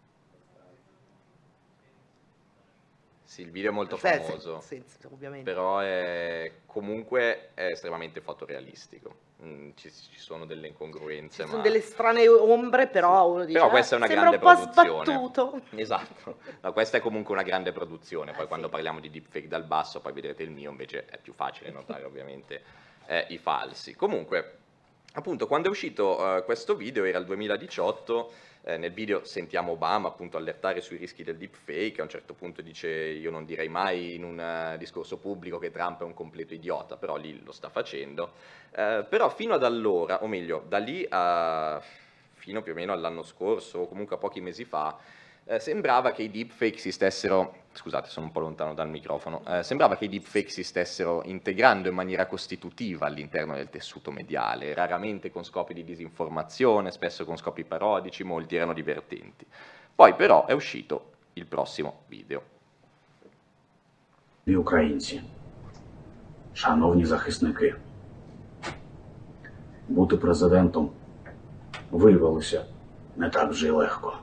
Speaker 3: sì, il video è molto
Speaker 2: Sì, sì,
Speaker 3: famoso,
Speaker 2: sì, sì, ovviamente.
Speaker 3: però è, comunque è estremamente fotorealistico. Mm, ci, ci sono delle incongruenze,
Speaker 2: Ci sono
Speaker 3: ma...
Speaker 2: delle strane ombre, però
Speaker 3: Sì.
Speaker 2: uno dice,
Speaker 3: Però questa è
Speaker 2: "Ah,
Speaker 3: una
Speaker 2: sembra
Speaker 3: grande
Speaker 2: un po'
Speaker 3: produzione.
Speaker 2: sbattuto."
Speaker 3: Esatto. No, questa è comunque una grande produzione. Poi
Speaker 2: Eh,
Speaker 3: quando
Speaker 2: sì.
Speaker 3: parliamo di deepfake dal basso, poi vedrete il mio, invece è più facile notare ovviamente eh, i falsi. Comunque, appunto, quando è uscito eh, questo video, era il duemiladiciotto, eh, nel video sentiamo Obama appunto allertare sui rischi del deepfake. A un certo punto dice: io non direi mai in un eh, discorso pubblico che Trump è un completo idiota, però lì lo sta facendo. Eh, però fino ad allora, o meglio, da lì a fino più o meno all'anno scorso, o comunque a pochi mesi fa, eh, sembrava che i deepfake si stessero scusate, sono un po' lontano dal microfono, eh, sembrava che i deepfake si stessero integrando in maniera costitutiva all'interno del tessuto mediale, raramente con scopi di disinformazione, spesso con scopi parodici, molti erano divertenti. Poi però è uscito il prossimo video.
Speaker 7: І українці, шановні захисники, бути президентом виявилося не так вже й легко.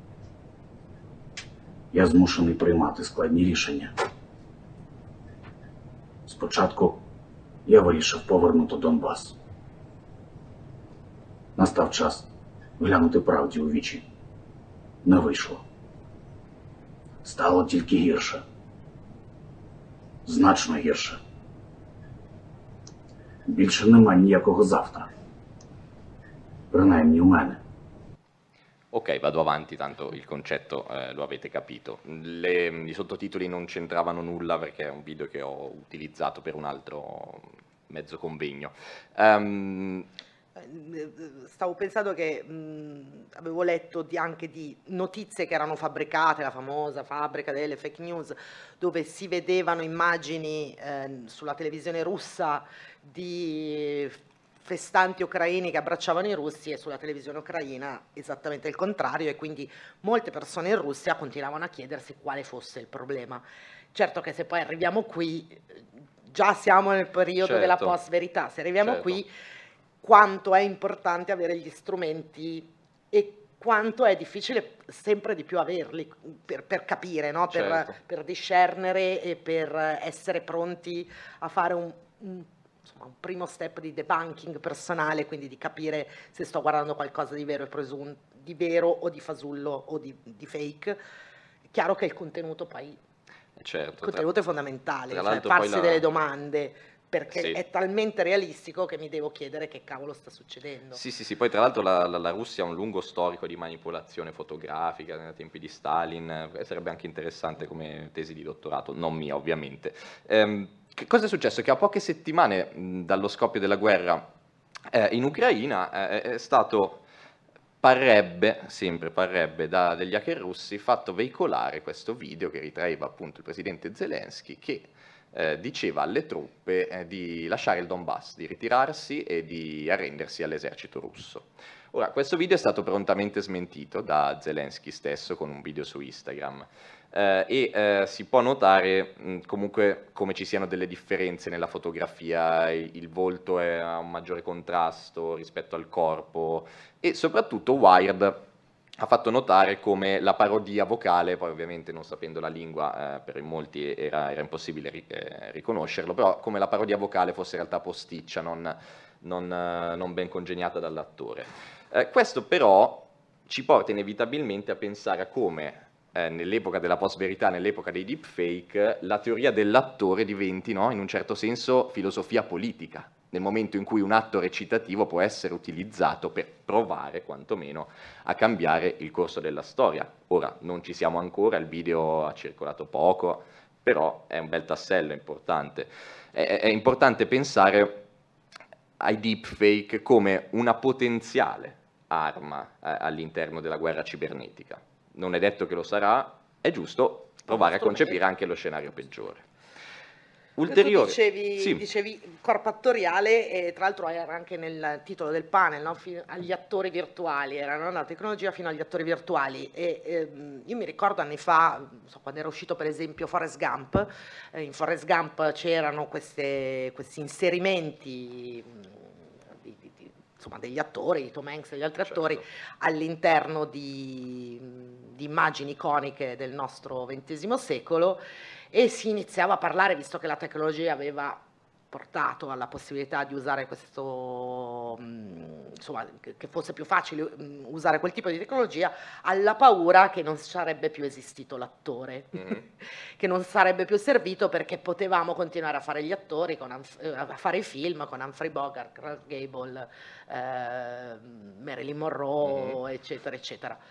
Speaker 7: Я змушений приймати складні рішення. Спочатку я вирішив повернути Донбас. Настав час глянути правді у вічі. Не вийшло. Стало тільки гірше. Значно гірше. Більше нема ніякого завтра. Принаймні у мене.
Speaker 3: Ok, vado avanti, tanto il concetto eh, lo avete capito. Le, I sottotitoli non c'entravano nulla perché è un video che ho utilizzato per un altro mezzo convegno. Um,
Speaker 2: Stavo pensando che mh, avevo letto di, anche di notizie che erano fabbricate, la famosa fabbrica delle fake news, dove si vedevano immagini eh, sulla televisione russa di festanti ucraini che abbracciavano i russi, e sulla televisione ucraina esattamente il contrario, e quindi molte persone in Russia continuavano a chiedersi quale fosse il problema. Certo che se poi arriviamo qui, già siamo nel periodo
Speaker 3: certo.
Speaker 2: della post-verità, se arriviamo
Speaker 3: certo.
Speaker 2: qui quanto è importante avere gli strumenti e quanto è difficile sempre di più averli per, per capire, no? per,
Speaker 3: certo.
Speaker 2: per discernere e per essere pronti a fare un, un insomma, un primo step di debunking personale, quindi di capire se sto guardando qualcosa di vero e presun- di vero o di fasullo o di, di fake. È chiaro che il contenuto poi
Speaker 3: certo,
Speaker 2: il contenuto
Speaker 3: tra,
Speaker 2: è fondamentale,
Speaker 3: tra
Speaker 2: cioè
Speaker 3: l'altro
Speaker 2: farsi
Speaker 3: poi la...
Speaker 2: delle domande, perché
Speaker 3: sì.
Speaker 2: è talmente realistico che mi devo chiedere che cavolo sta succedendo.
Speaker 3: Sì, sì, sì, poi tra l'altro la, la, la Russia ha un lungo storico di manipolazione fotografica nei tempi di Stalin, eh, sarebbe anche interessante come tesi di dottorato, non mia ovviamente. Ehm, che cosa è successo? Che a poche settimane mh, dallo scoppio della guerra eh, in Ucraina eh, è stato, parrebbe, sempre parrebbe, da degli hacker russi, fatto veicolare questo video che ritraeva appunto il presidente Zelensky che Eh, diceva alle truppe eh, di lasciare il Donbass, di ritirarsi e di arrendersi all'esercito russo. Ora, questo video è stato prontamente smentito da Zelensky stesso con un video su Instagram eh, e eh, si può notare mh, comunque come ci siano delle differenze nella fotografia, il, il volto è a un maggiore contrasto rispetto al corpo e soprattutto Wired ha fatto notare come la parodia vocale, poi ovviamente non sapendo la lingua eh, per molti era, era impossibile ri, eh, riconoscerlo, però come la parodia vocale fosse in realtà posticcia, non, non, eh, non ben congegnata dall'attore. Eh, questo però ci porta inevitabilmente a pensare a come eh, nell'epoca della post-verità, nell'epoca dei deepfake, la teoria dell'attore diventi, no, in un certo senso, filosofia politica, nel momento in cui un atto recitativo può essere utilizzato per provare, quantomeno, a cambiare il corso della storia. Ora, non ci siamo ancora, il video ha circolato poco, però è un bel tassello importante. È, è importante pensare ai deepfake come una potenziale arma eh, all'interno della guerra cibernetica. Non è detto che lo sarà, è giusto provare a concepire anche lo scenario peggiore.
Speaker 2: Ulteriore. Tu dicevi,
Speaker 3: sì.
Speaker 2: dicevi corpo attoriale e tra l'altro era anche nel titolo del panel, no? Fino agli attori virtuali, era no? La tecnologia fino agli attori virtuali e ehm, io mi ricordo anni fa, so, quando era uscito per esempio Forrest Gump, eh, in Forrest Gump c'erano queste, questi inserimenti di, di, di, insomma, degli attori, di Tom Hanks e gli altri
Speaker 3: certo.
Speaker 2: attori all'interno di, di immagini iconiche del nostro ventesimo secolo. E si iniziava a parlare, visto che la tecnologia aveva portato alla possibilità di usare questo, insomma, che fosse più facile usare quel tipo di tecnologia, alla paura che non sarebbe più esistito l'attore, mm-hmm. che non sarebbe più servito perché potevamo continuare a fare gli attori, con, a fare i film con Humphrey Bogart, Clark Gable, eh, Marilyn Monroe, mm-hmm. eccetera, eccetera.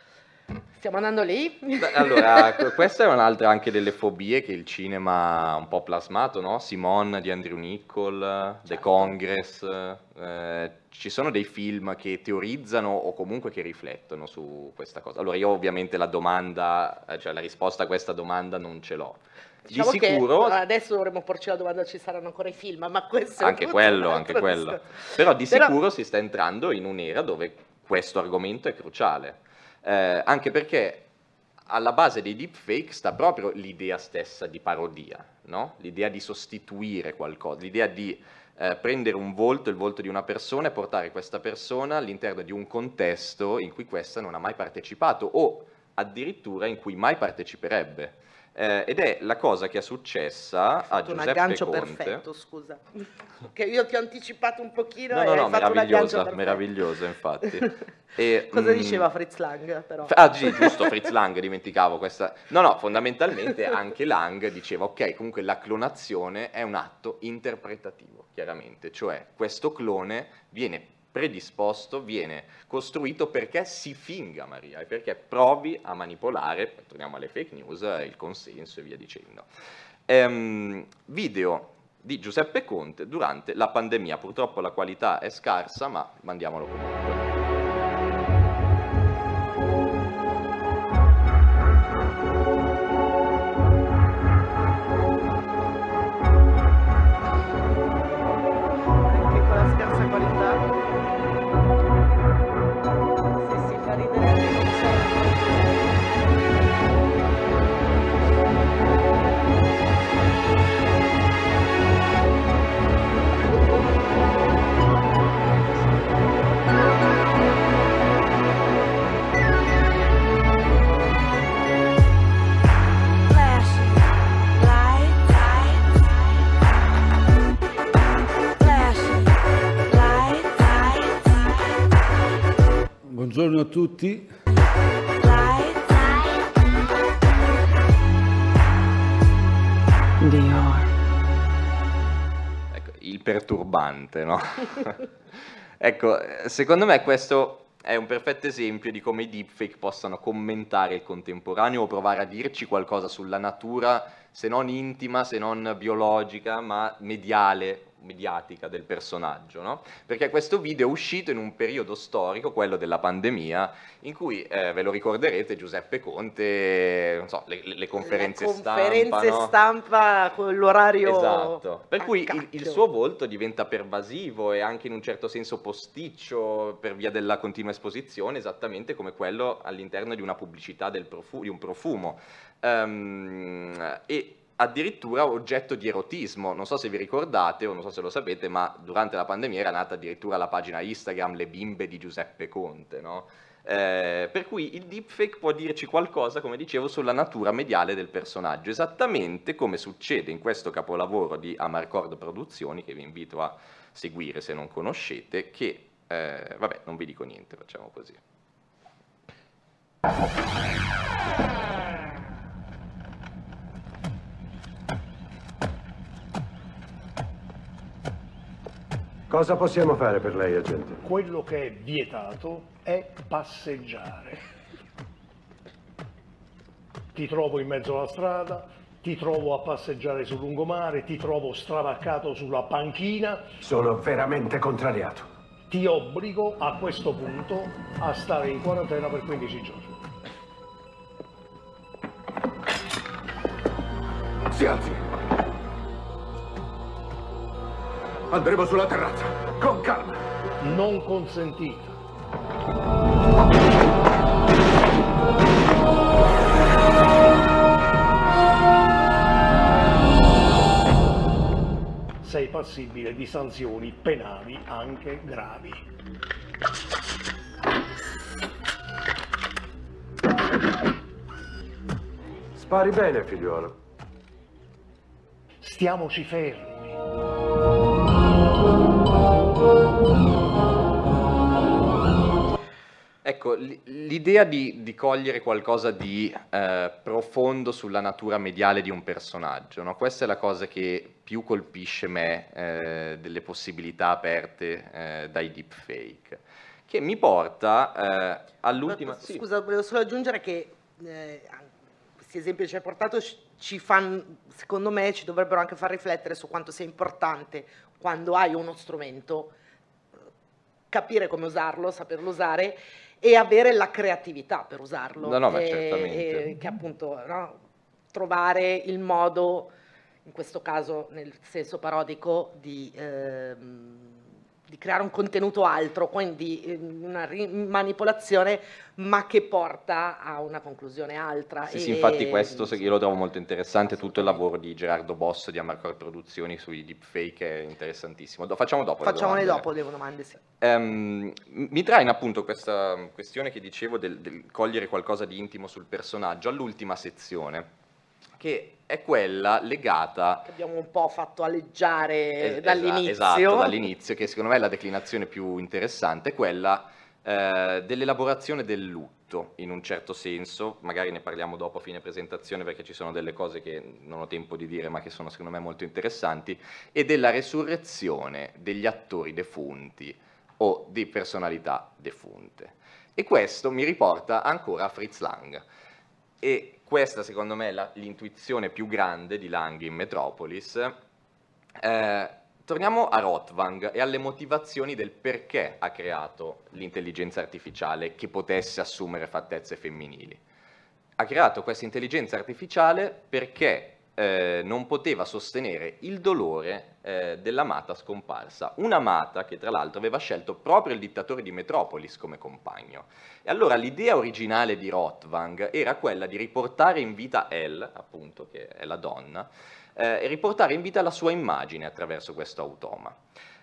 Speaker 2: Stiamo andando lì?
Speaker 3: Beh, allora, questa è un'altra anche delle fobie che il cinema ha un po' plasmato, no? Simone di Andrew Niccol, certo. The Congress, eh, ci sono dei film che teorizzano o comunque che riflettono su questa cosa. Allora io ovviamente la domanda, cioè la risposta a questa domanda non ce l'ho.
Speaker 2: Diciamo
Speaker 3: di sicuro
Speaker 2: che adesso dovremmo porci la domanda: ci saranno ancora i film, ma questo
Speaker 3: anche
Speaker 2: è
Speaker 3: quello, anche quello.
Speaker 2: Discorso.
Speaker 3: Però di
Speaker 2: Però...
Speaker 3: sicuro si sta entrando in un'era dove questo argomento è cruciale, eh, anche perché alla base dei deepfake sta proprio l'idea stessa di parodia, no? L'idea di sostituire qualcosa, l'idea di eh, prendere un volto, il volto di una persona, e portare questa persona all'interno di un contesto in cui questa non ha mai partecipato o addirittura in cui mai parteciperebbe. Eh, ed è la cosa che è successa a Giuseppe
Speaker 2: un aggancio
Speaker 3: Conte.
Speaker 2: perfetto, scusa, che io ti ho anticipato un pochino.
Speaker 3: No, no,
Speaker 2: e
Speaker 3: no,
Speaker 2: hai fatto
Speaker 3: meravigliosa, meravigliosa infatti. E,
Speaker 2: cosa
Speaker 3: mh,
Speaker 2: diceva Fritz Lang però?
Speaker 3: Ah sì, giusto, Fritz Lang, dimenticavo questa. No, no, fondamentalmente anche Lang diceva, ok, comunque la clonazione è un atto interpretativo, chiaramente, cioè questo clone viene predisposto, viene costruito perché si finga Maria e perché provi a manipolare, poi torniamo alle fake news, il consenso e via dicendo. Ehm, video di Giuseppe Conte durante la pandemia, purtroppo la qualità è scarsa, ma mandiamolo comunque.
Speaker 8: Buongiorno a tutti.
Speaker 3: Ecco, il perturbante, no? Ecco, secondo me questo è un perfetto esempio di come i deepfake possano commentare il contemporaneo o provare a dirci qualcosa sulla natura, se non intima, se non biologica, ma mediale, mediatica del personaggio, no? Perché questo video è uscito in un periodo storico, quello della pandemia, in cui, eh, ve lo ricorderete, Giuseppe Conte, non so, le, le conferenze stampa,
Speaker 2: conferenze
Speaker 3: no?
Speaker 2: stampa con l'orario.
Speaker 3: Esatto, per cui il, il suo volto diventa pervasivo e anche in un certo senso posticcio per via della continua esposizione, esattamente come quello all'interno di una pubblicità del profu- di un profumo. Um, e addirittura oggetto di erotismo, non so se vi ricordate o non so se lo sapete, ma durante la pandemia era nata addirittura la pagina Instagram Le bimbe di Giuseppe Conte, no? Eh, per cui il deepfake può dirci qualcosa, come dicevo, sulla natura mediale del personaggio, esattamente come succede in questo capolavoro di Amarcord Produzioni, che vi invito a seguire se non conoscete, che, eh, vabbè, non vi dico niente, facciamo così.
Speaker 9: Cosa possiamo fare per lei, agente?
Speaker 10: Quello che è vietato è passeggiare. Ti trovo in mezzo alla strada, ti trovo a passeggiare sul lungomare, ti trovo stravaccato sulla panchina.
Speaker 9: Sono veramente contrariato.
Speaker 10: Ti obbligo a questo punto a stare in quarantena per quindici giorni.
Speaker 9: Si alzi. Andremo sulla terrazza, con calma.
Speaker 10: Non consentita. Sei passibile di sanzioni penali anche gravi.
Speaker 9: Spari bene, figliuolo.
Speaker 10: Stiamoci fermi.
Speaker 3: Ecco, l'idea di, di cogliere qualcosa di eh, profondo sulla natura mediale di un personaggio, no? Questa è la cosa che più colpisce me eh, delle possibilità aperte eh, dai deepfake, che mi porta eh, all'ultima...
Speaker 2: Sì. Scusa, volevo solo aggiungere che eh, questi esempi che ci hai portato ci fanno, secondo me, ci dovrebbero anche far riflettere su quanto sia importante, quando hai uno strumento, capire come usarlo, saperlo usare e avere la creatività per usarlo.
Speaker 3: No, no, ma
Speaker 2: e,
Speaker 3: certamente.
Speaker 2: e che appunto, no, trovare il modo, in questo caso nel senso parodico, di, ehm, di creare un contenuto altro, quindi una manipolazione, ma che porta a una conclusione altra.
Speaker 3: Sì,
Speaker 2: e,
Speaker 3: sì, infatti questo io lo trovo molto interessante, tutto il lavoro di Gerardo Bosso di Amarcord Produzioni sui deepfake è interessantissimo. Do, facciamo dopo
Speaker 2: Facciamone
Speaker 3: le domande.
Speaker 2: dopo le domande, sì.
Speaker 3: Um, mi trae in appunto questa questione che dicevo del, del cogliere qualcosa di intimo sul personaggio all'ultima sezione, che è quella legata...
Speaker 2: Che abbiamo un po' fatto aleggiare
Speaker 3: es-
Speaker 2: dall'inizio.
Speaker 3: Esatto, dall'inizio, che secondo me è la declinazione più interessante, è quella eh, dell'elaborazione del lutto, in un certo senso, magari ne parliamo dopo a fine presentazione perché ci sono delle cose che non ho tempo di dire ma che sono secondo me molto interessanti, e della resurrezione degli attori defunti o di personalità defunte. E questo mi riporta ancora a Fritz Lang. E questa secondo me è la, l'intuizione più grande di Lang in Metropolis. Eh, torniamo a Rothwang e alle motivazioni del perché ha creato l'intelligenza artificiale che potesse assumere fattezze femminili. Ha creato questa intelligenza artificiale perché eh, non poteva sostenere il dolore eh, dell'amata scomparsa, un'amata che tra l'altro aveva scelto proprio il dittatore di Metropolis come compagno. E allora l'idea originale di Rothwang era quella di riportare in vita Elle, appunto, che è la donna, eh, e riportare in vita la sua immagine attraverso questo automa.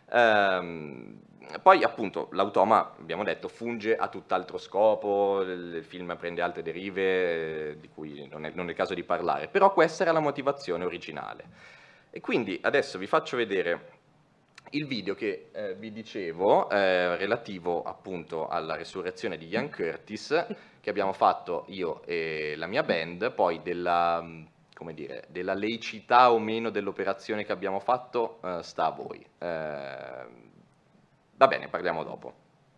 Speaker 3: Ehm, poi appunto l'automa, abbiamo detto, funge a tutt'altro scopo, il film prende altre derive eh, di cui non è, non è il caso di parlare, però questa era la motivazione originale. E quindi adesso vi faccio vedere il video che eh, vi dicevo, eh, relativo appunto alla resurrezione di Ian Curtis, che abbiamo fatto io e la mia band, poi della, come dire, della laicità o meno dell'operazione che abbiamo fatto eh, sta a voi. Eh, va bene, parliamo dopo.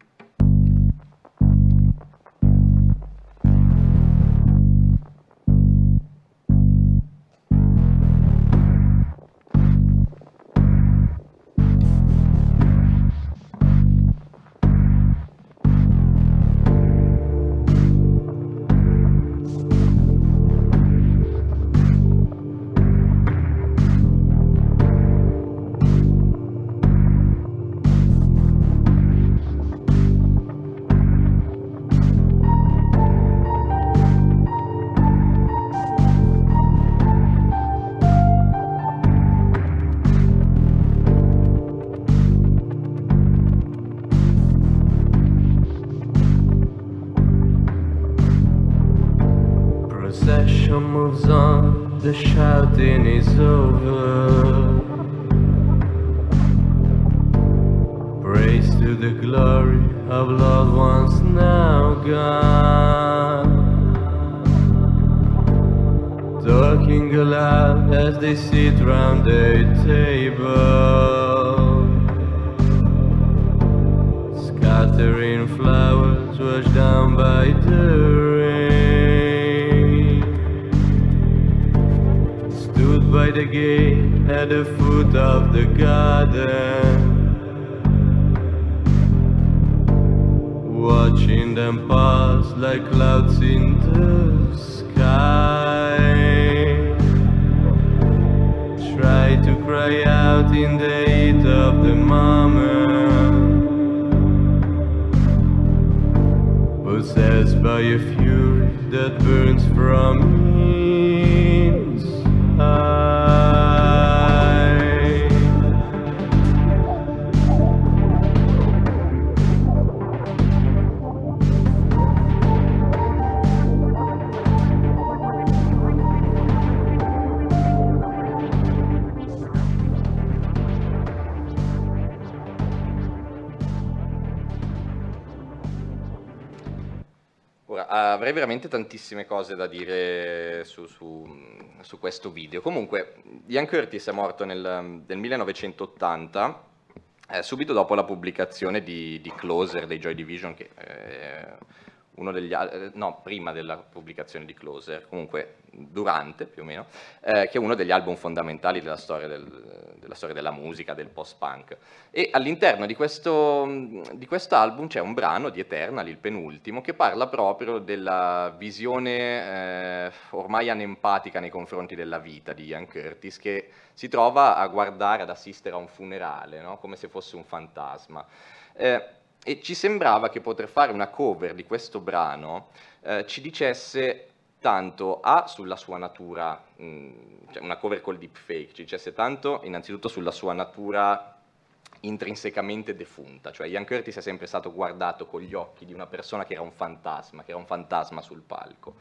Speaker 8: Moves on, the shouting is over. Praise to the glory of loved ones now gone. Talking aloud as they sit round their table, scattering flowers washed down by the rain. By the gate at the foot of the garden, watching them pass like clouds in the sky. Try to cry out in the heat of the moment, possessed by a fury that burns from inside.
Speaker 3: Ora, avrei veramente tantissime cose da dire su, su, su questo video. Comunque, Ian Curtis è morto nel, nel millenovecentottanta, eh, subito dopo la pubblicazione di, di Closer dei Joy Division, che eh, uno degli al- no, prima della pubblicazione di Closer, comunque durante più o meno, eh, che è uno degli album fondamentali della storia, del- della storia della musica, del post-punk. E all'interno di questo di quest'album c'è un brano di Eternal, il penultimo, che parla proprio della visione eh, ormai anempatica nei confronti della vita di Ian Curtis, che si trova a guardare, ad assistere a un funerale, no? Come se fosse un fantasma. Eh, E ci sembrava che poter fare una cover di questo brano eh, ci dicesse tanto A sulla sua natura, mh, cioè una cover col deepfake, ci dicesse tanto innanzitutto sulla sua natura intrinsecamente defunta, cioè Ian Curtis è sempre stato guardato con gli occhi di una persona che era un fantasma, che era un fantasma sul palco.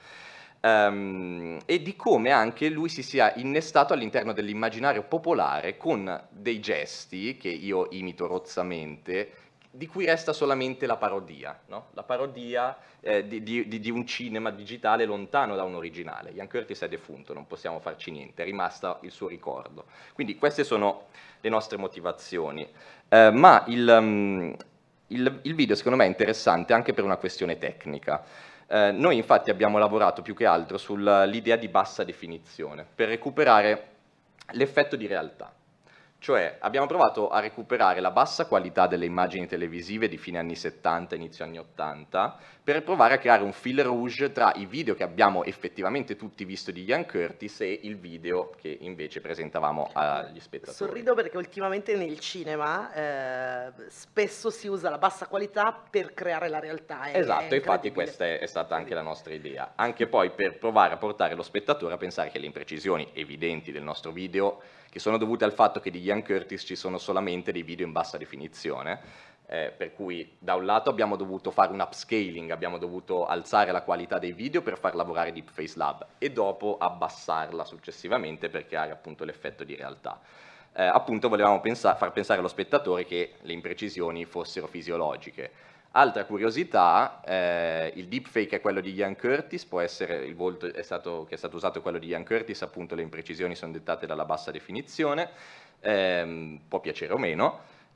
Speaker 3: Um, e di come anche lui si sia innestato all'interno dell'immaginario popolare con dei gesti che io imito rozzamente, di cui resta solamente la parodia, no? La parodia eh, di, di, di un cinema digitale lontano da un originale. Ian Curtis è defunto, non possiamo farci niente, è rimasto il suo ricordo. Quindi queste sono le nostre motivazioni. Eh, ma il, um, il, il video secondo me è interessante anche per una questione tecnica. Eh, noi infatti abbiamo lavorato più che altro sull'idea di bassa definizione, per recuperare l'effetto di realtà. Cioè abbiamo provato a recuperare la bassa qualità delle immagini televisive di fine anni settanta, inizio anni ottanta, per provare a creare un fil rouge tra i video che abbiamo effettivamente tutti visto di Ian Curtis e il video che invece presentavamo agli spettatori.
Speaker 2: Sorrido perché ultimamente nel cinema eh, spesso si usa la bassa qualità per creare la realtà. È,
Speaker 3: Esatto,
Speaker 2: è
Speaker 3: infatti questa è, è stata anche la nostra idea, anche poi per provare a portare lo spettatore a pensare che le imprecisioni evidenti del nostro video, che sono dovute al fatto che di Ian Curtis ci sono solamente dei video in bassa definizione, eh, per cui da un lato abbiamo dovuto fare un upscaling, abbiamo dovuto alzare la qualità dei video per far lavorare Deepface Lab e dopo abbassarla successivamente per creare appunto l'effetto di realtà. Eh, appunto volevamo pensa- far pensare allo spettatore che le imprecisioni fossero fisiologiche. Altra curiosità, eh, il deepfake è quello di Ian Curtis, può essere il volto è stato, che è stato usato è quello di Ian Curtis, appunto le imprecisioni sono dettate dalla bassa definizione, ehm, può piacere o meno.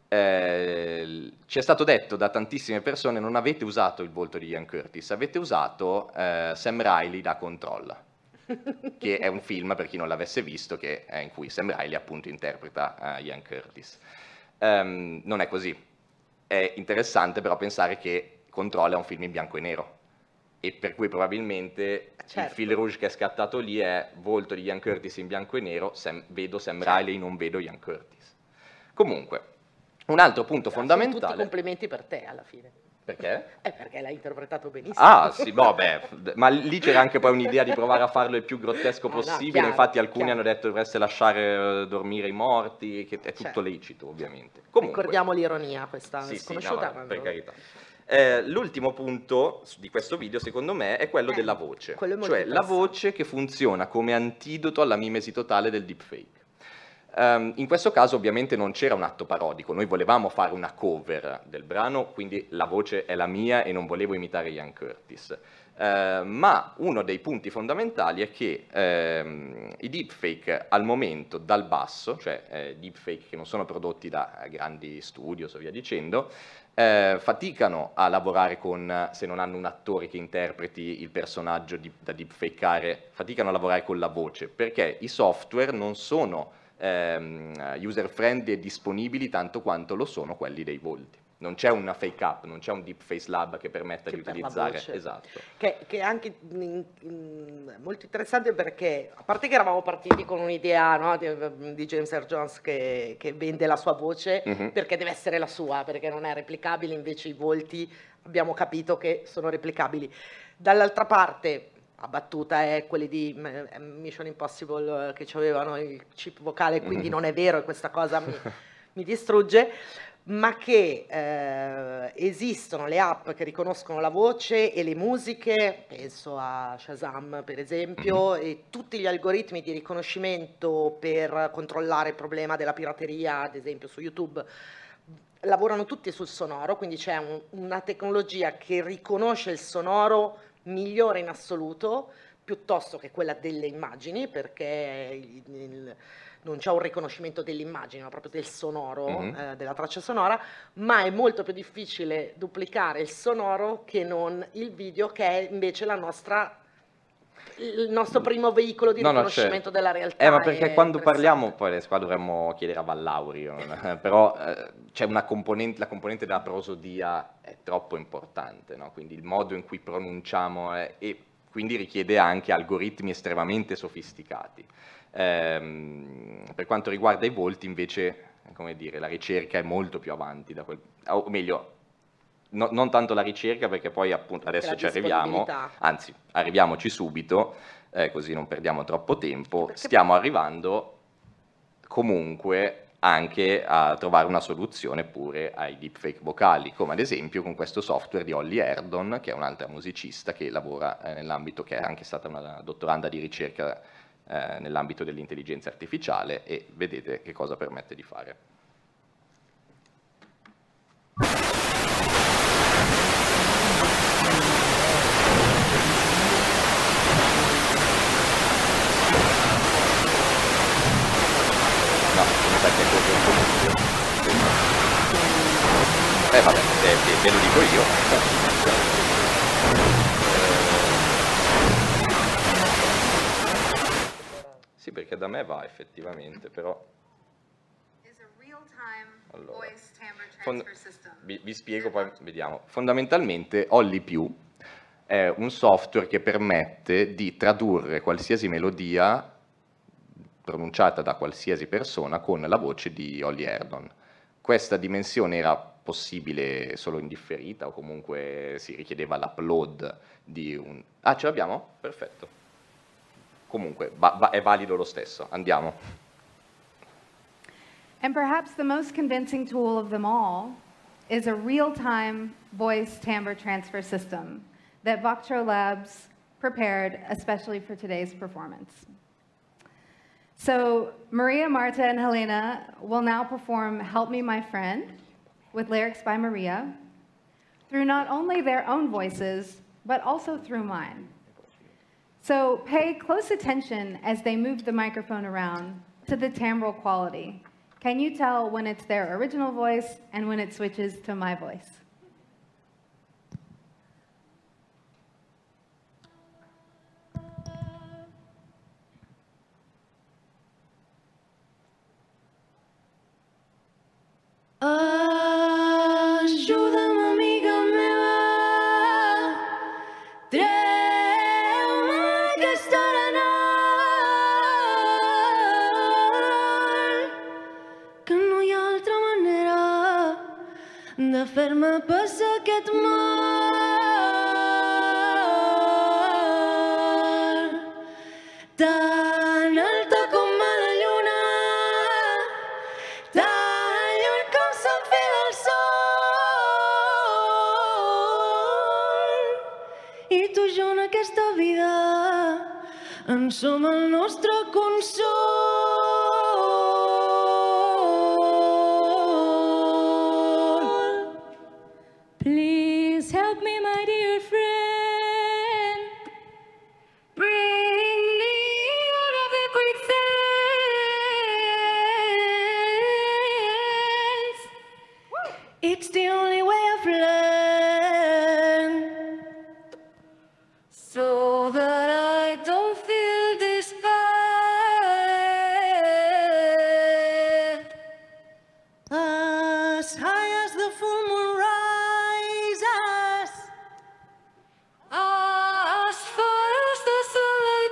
Speaker 3: Eh, ci è stato detto da tantissime persone: non avete usato il volto di Ian Curtis, avete usato eh, Sam Riley da Control, che è un film, per chi non l'avesse visto, che è in cui Sam Riley appunto interpreta uh, Ian Curtis. Um, non è così. È interessante però pensare che Control è un film in bianco e nero e per cui probabilmente
Speaker 2: certo.
Speaker 3: il fil rouge che è scattato lì è volto di Ian Curtis in bianco e nero, Sam, vedo Sam
Speaker 2: certo.
Speaker 3: Riley, non vedo Ian Curtis. Comunque, un altro punto
Speaker 2: Sono
Speaker 3: fondamentale...
Speaker 2: tutti complimenti per te alla fine.
Speaker 3: Perché?
Speaker 2: Eh, perché l'hai interpretato benissimo.
Speaker 3: Ah, sì, no, beh, ma lì c'era anche poi un'idea di provare a farlo il più grottesco
Speaker 2: Ah, no,
Speaker 3: possibile,
Speaker 2: chiaro,
Speaker 3: infatti alcuni
Speaker 2: chiaro.
Speaker 3: hanno detto dovreste lasciare eh, dormire i morti, che è tutto
Speaker 2: Certo.
Speaker 3: lecito ovviamente. Comunque,
Speaker 2: Ricordiamo l'ironia, questa
Speaker 3: sì, sì,
Speaker 2: sconosciuta.
Speaker 3: no,
Speaker 2: ma
Speaker 3: per
Speaker 2: no.
Speaker 3: carità. Eh, l'ultimo punto di questo video, secondo me, è quello
Speaker 2: Eh,
Speaker 3: della voce,
Speaker 2: quello è molto
Speaker 3: cioè la
Speaker 2: interessante.
Speaker 3: voce che funziona come antidoto alla mimesi totale del deepfake. Um, in questo caso ovviamente non c'era un atto parodico, noi volevamo fare una cover del brano, quindi la voce è la mia e non volevo imitare Ian Curtis. Uh, ma uno dei punti fondamentali è che um, i deepfake al momento dal basso, cioè eh, deepfake che non sono prodotti da grandi studios o via dicendo, eh, faticano a lavorare con, se non hanno un attore che interpreti il personaggio di, da deepfakeare, faticano a lavorare con la voce, perché i software non sono user friendly e disponibili tanto quanto lo sono quelli dei volti. Non c'è una fake up, non c'è un Deepface Lab che permetta
Speaker 2: Che
Speaker 3: di
Speaker 2: per la
Speaker 3: utilizzare,
Speaker 2: voce.
Speaker 3: esatto.
Speaker 2: Che, che è anche mm, mm, molto interessante perché, a parte che eravamo partiti con un'idea, no, di, di James Earl Jones che, che vende la sua voce
Speaker 3: Mhm.
Speaker 2: perché deve essere la sua, perché non è replicabile, invece i volti abbiamo capito che sono replicabili. Dall'altra parte, a battuta è quelli di eh, Mission Impossible eh, che avevano il chip vocale, quindi
Speaker 3: Mhm.
Speaker 2: non è vero e questa cosa mi, mi distrugge, ma che eh, esistono le app che riconoscono la voce e le musiche, penso a Shazam per esempio, e tutti gli algoritmi di riconoscimento per controllare il problema della pirateria, ad esempio su YouTube, lavorano tutti sul sonoro, quindi c'è un- una tecnologia che riconosce il sonoro migliore in assoluto piuttosto che quella delle immagini, perché il- il- non c'è un riconoscimento dell'immagine, ma proprio del sonoro,
Speaker 3: Mhm.
Speaker 2: eh, della traccia sonora, ma è molto più difficile duplicare il sonoro che non il video, che è invece la nostra, il nostro primo veicolo di
Speaker 3: No, no,
Speaker 2: riconoscimento
Speaker 3: certo.
Speaker 2: della realtà.
Speaker 3: Eh, ma perché
Speaker 2: è
Speaker 3: quando
Speaker 2: interessante.
Speaker 3: parliamo, poi adesso qua dovremmo chiedere a Vallaurio, eh, però eh, c'è una componente, la componente della prosodia è troppo importante, no? Quindi il modo in cui pronunciamo è- e quindi richiede anche algoritmi estremamente sofisticati. Ehm, per quanto riguarda i volti, invece, come dire, la ricerca è molto più avanti da quel, o meglio, no- non tanto la ricerca, perché poi appunto adesso
Speaker 2: la
Speaker 3: ci arriviamo,
Speaker 2: disponibilità.
Speaker 3: anzi, arriviamoci subito, eh, così non perdiamo troppo tempo.
Speaker 2: Perché-
Speaker 3: Stiamo arrivando comunque anche a trovare una soluzione pure ai deepfake vocali, come ad esempio con questo software di Holly Erdon, che è un'altra musicista che lavora eh, nell'ambito, che è anche stata una dottoranda di ricerca eh, nell'ambito dell'intelligenza artificiale, e vedete che cosa permette di fare. No, mi sa che è proprio comunque. Eh vabbè, eh, ve- ve lo dico io. Sì, perché da me va effettivamente, però. Allora, fond- vi, vi spiego, poi vediamo. Fondamentalmente Holly Più è un software che permette di tradurre qualsiasi melodia pronunciata da qualsiasi persona con la voce di Holly Erdon. Questa dimensione era possibile solo in differita, o comunque si richiedeva l'upload di un... Ah, ce l'abbiamo? Perfetto. Comunque, va- va- è valido lo stesso. Andiamo.
Speaker 11: And perhaps the most convincing tool of them all is a real-time voice timbre transfer system that Voctro Labs prepared especially for today's performance. So Maria, Marta, and Helena will now perform Help Me, My Friend with lyrics by Maria through not only their own voices, but also through mine. So pay close attention as they move the microphone around to the timbral quality. Can you tell when it's their original voice and when it switches to my voice?
Speaker 12: Ajuda'm, amiga meva, treu-me aquesta arenal, que no hi ha altra manera de fer-me passar aquest mal. Tan alta com a la lluna, tan lluny com s'enfila el sol. I tu i jo en aquesta vida en som el nostre consol. Please help me, my dear friend. Bring me out of the quicksand. It's the only way I've learned, so that I don't feel despair. As high as the full moon rises, as far as the sunlight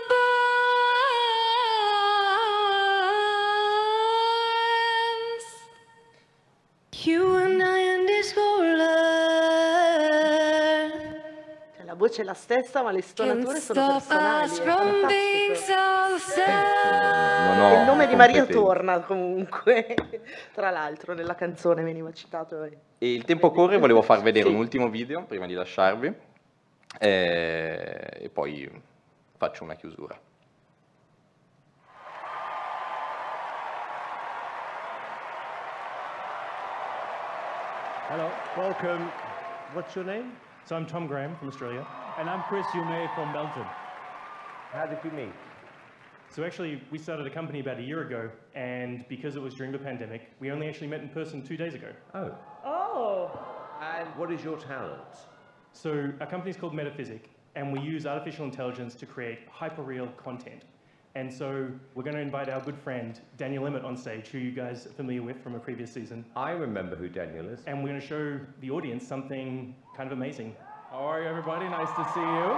Speaker 12: burns, you and I and this whole earth
Speaker 2: Cioè, la voce è la stessa, ma le
Speaker 12: can
Speaker 2: stonature sono
Speaker 12: stop
Speaker 2: personali.
Speaker 12: us
Speaker 2: È
Speaker 12: from being
Speaker 2: fantastico.
Speaker 12: so
Speaker 3: Non ho
Speaker 2: Il nome di Maria
Speaker 3: competenze.
Speaker 2: torna comunque, tra l'altro nella canzone veniva citato.
Speaker 3: E il tempo corre, volevo far vedere
Speaker 2: Sì.
Speaker 3: un ultimo video prima di lasciarvi, eh, e poi faccio una chiusura.
Speaker 13: Hello, welcome. What's your name? So I'm Tom Graham from Australia. And I'm Chris Yume from Belgium. How did we meet? So actually, we started a company about a year ago, and because it was during the pandemic, we only actually met in person two days ago.
Speaker 14: Oh.
Speaker 15: Oh.
Speaker 14: And what is your talent?
Speaker 13: So our company is called Metaphysic, and we use artificial intelligence to create hyper-real content. And so we're going to invite our good friend, Daniel Emmett, on stage, who you guys are familiar with from a previous season.
Speaker 14: I remember who Daniel is.
Speaker 13: And we're going to show the audience something kind of amazing. How are you, everybody? Nice to see you.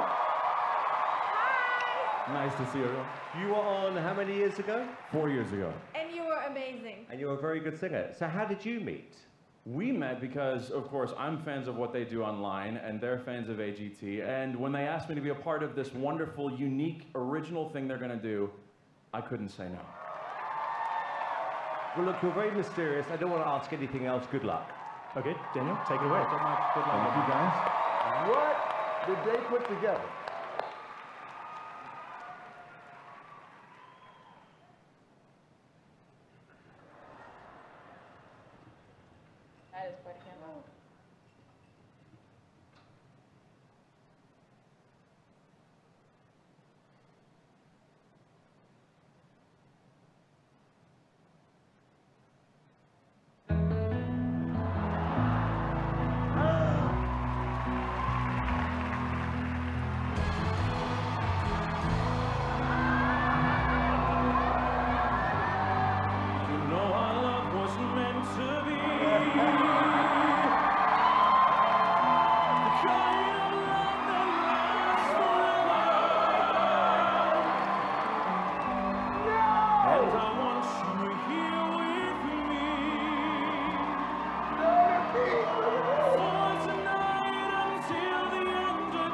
Speaker 14: Nice to see you. You were on how many years ago?
Speaker 16: Four years ago.
Speaker 15: And you were amazing.
Speaker 14: And you were a very good singer. So how did you meet?
Speaker 16: We met because, of course, I'm fans of what they do online, and they're fans of A G T. And when they asked me to be a part of this wonderful, unique, original thing they're going to do, I couldn't say no.
Speaker 14: Well, look, you're very mysterious. I don't want to ask anything else. Good luck.
Speaker 13: Okay, Daniel, take it away.
Speaker 16: So much. Good luck. Thank you, guys.
Speaker 6: What did they put together?
Speaker 15: That is quite a camera.
Speaker 16: You know our love was meant to be. The kind of love that lasts forever. And I want you here with me. For tonight until the end of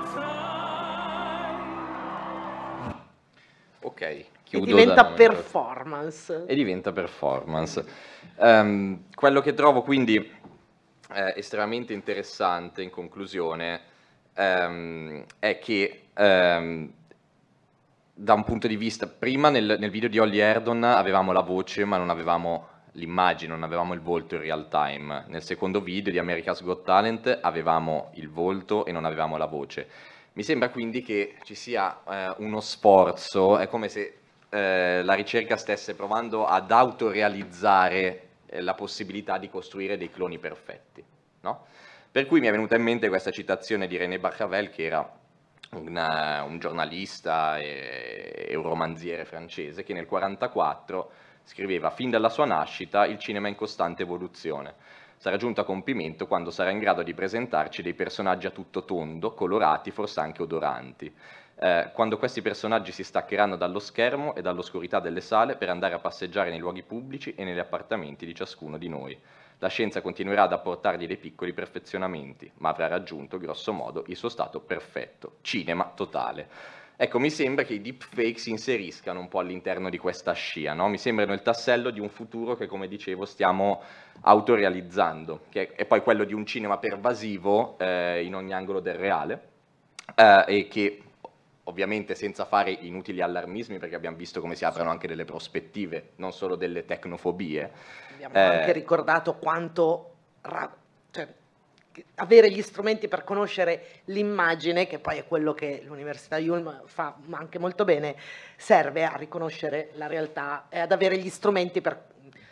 Speaker 16: time.
Speaker 3: Ok,
Speaker 2: E
Speaker 3: chiudo
Speaker 2: diventa
Speaker 3: da momento.
Speaker 2: performance.
Speaker 3: E diventa performance. Ehm, quello che trovo quindi eh, estremamente interessante in conclusione ehm, è che ehm, da un punto di vista, prima nel, nel video di Olly Erdon avevamo la voce ma non avevamo l'immagine, non avevamo il volto in real time. Nel secondo video di America's Got Talent avevamo il volto e non avevamo la voce. Mi sembra quindi che ci sia eh, uno sforzo, è come se eh, la ricerca stesse provando ad autorealizzare eh, la possibilità di costruire dei cloni perfetti, no? Per cui mi è venuta in mente questa citazione di René Barjavel, che era una, un giornalista e, e un romanziere francese, che nel millenovecentoquarantaquattro scriveva: fin dalla sua nascita il cinema è in costante evoluzione. Sarà giunto a compimento quando sarà in grado di presentarci dei personaggi a tutto tondo, colorati, forse anche odoranti. Eh, quando questi personaggi si staccheranno dallo schermo e dall'oscurità delle sale per andare a passeggiare nei luoghi pubblici e negli appartamenti di ciascuno di noi. La scienza continuerà ad apportargli dei piccoli perfezionamenti, ma avrà raggiunto, grosso modo, il suo stato perfetto. Cinema totale. Ecco, mi sembra che i deepfake si inseriscano un po' all'interno di questa scia, no? Mi sembrano il tassello di un futuro che, come dicevo, stiamo autorealizzando, che è poi quello di un cinema pervasivo eh, in ogni angolo del reale, eh, e che ovviamente, senza fare inutili allarmismi, perché abbiamo visto come si aprono anche delle prospettive, non solo delle tecnofobie.
Speaker 2: Abbiamo
Speaker 3: eh,
Speaker 2: anche ricordato quanto ra- cioè, avere gli strumenti per conoscere l'immagine, che poi è quello che l'Università Yulm fa anche molto bene, serve a riconoscere la realtà e ad avere gli strumenti per,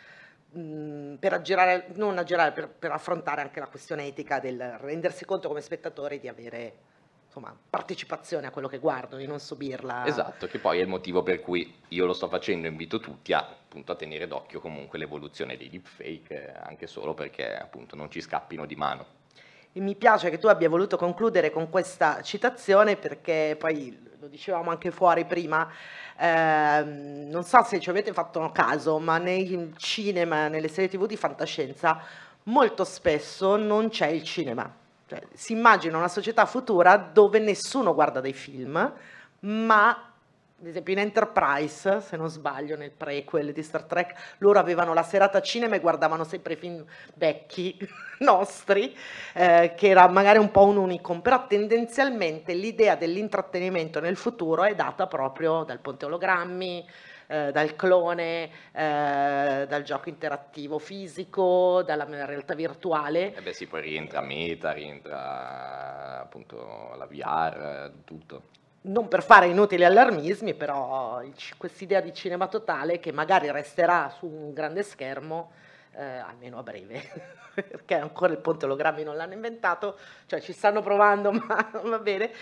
Speaker 2: mh, per aggirare, non aggirare, per, per affrontare anche la questione etica del rendersi conto come spettatori di avere, insomma, partecipazione a quello che guardo, di non subirla.
Speaker 3: Esatto, che poi è il motivo per cui io lo sto facendo, invito tutti a, appunto, a tenere d'occhio comunque l'evoluzione dei deepfake, anche solo perché appunto non ci scappino di mano.
Speaker 2: E mi piace che tu abbia voluto concludere con questa citazione, perché poi lo dicevamo anche fuori prima, ehm, non so se ci avete fatto caso, ma nei cinema, nelle serie tv di fantascienza, molto spesso non c'è il cinema. Cioè, si immagina una società futura dove nessuno guarda dei film, ma ad esempio in Enterprise, se non sbaglio, nel prequel di Star Trek, loro avevano la serata cinema e guardavano sempre i film vecchi nostri, eh, che era magari un po' un unicum, però tendenzialmente l'idea dell'intrattenimento nel futuro è data proprio dal ponte ologrammi, eh, dal clone, eh, dal gioco interattivo fisico, dalla realtà virtuale.
Speaker 3: E beh sì, poi rientra Meta, rientra appunto la V R, tutto.
Speaker 2: non per fare inutili allarmismi, però questa idea di cinema totale che magari resterà su un grande schermo, eh, almeno a breve, perché ancora il ponte ologrammi non l'hanno inventato, cioè ci stanno provando, ma va bene,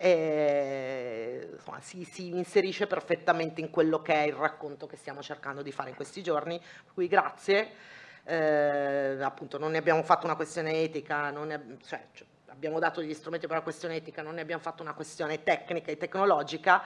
Speaker 2: e, insomma, si, si inserisce perfettamente in quello che è il racconto che stiamo cercando di fare in questi giorni, per cui grazie, eh, appunto non ne abbiamo fatto una questione etica, non ne, cioè, abbiamo dato gli strumenti per la questione etica, non ne abbiamo fatto una questione tecnica e tecnologica,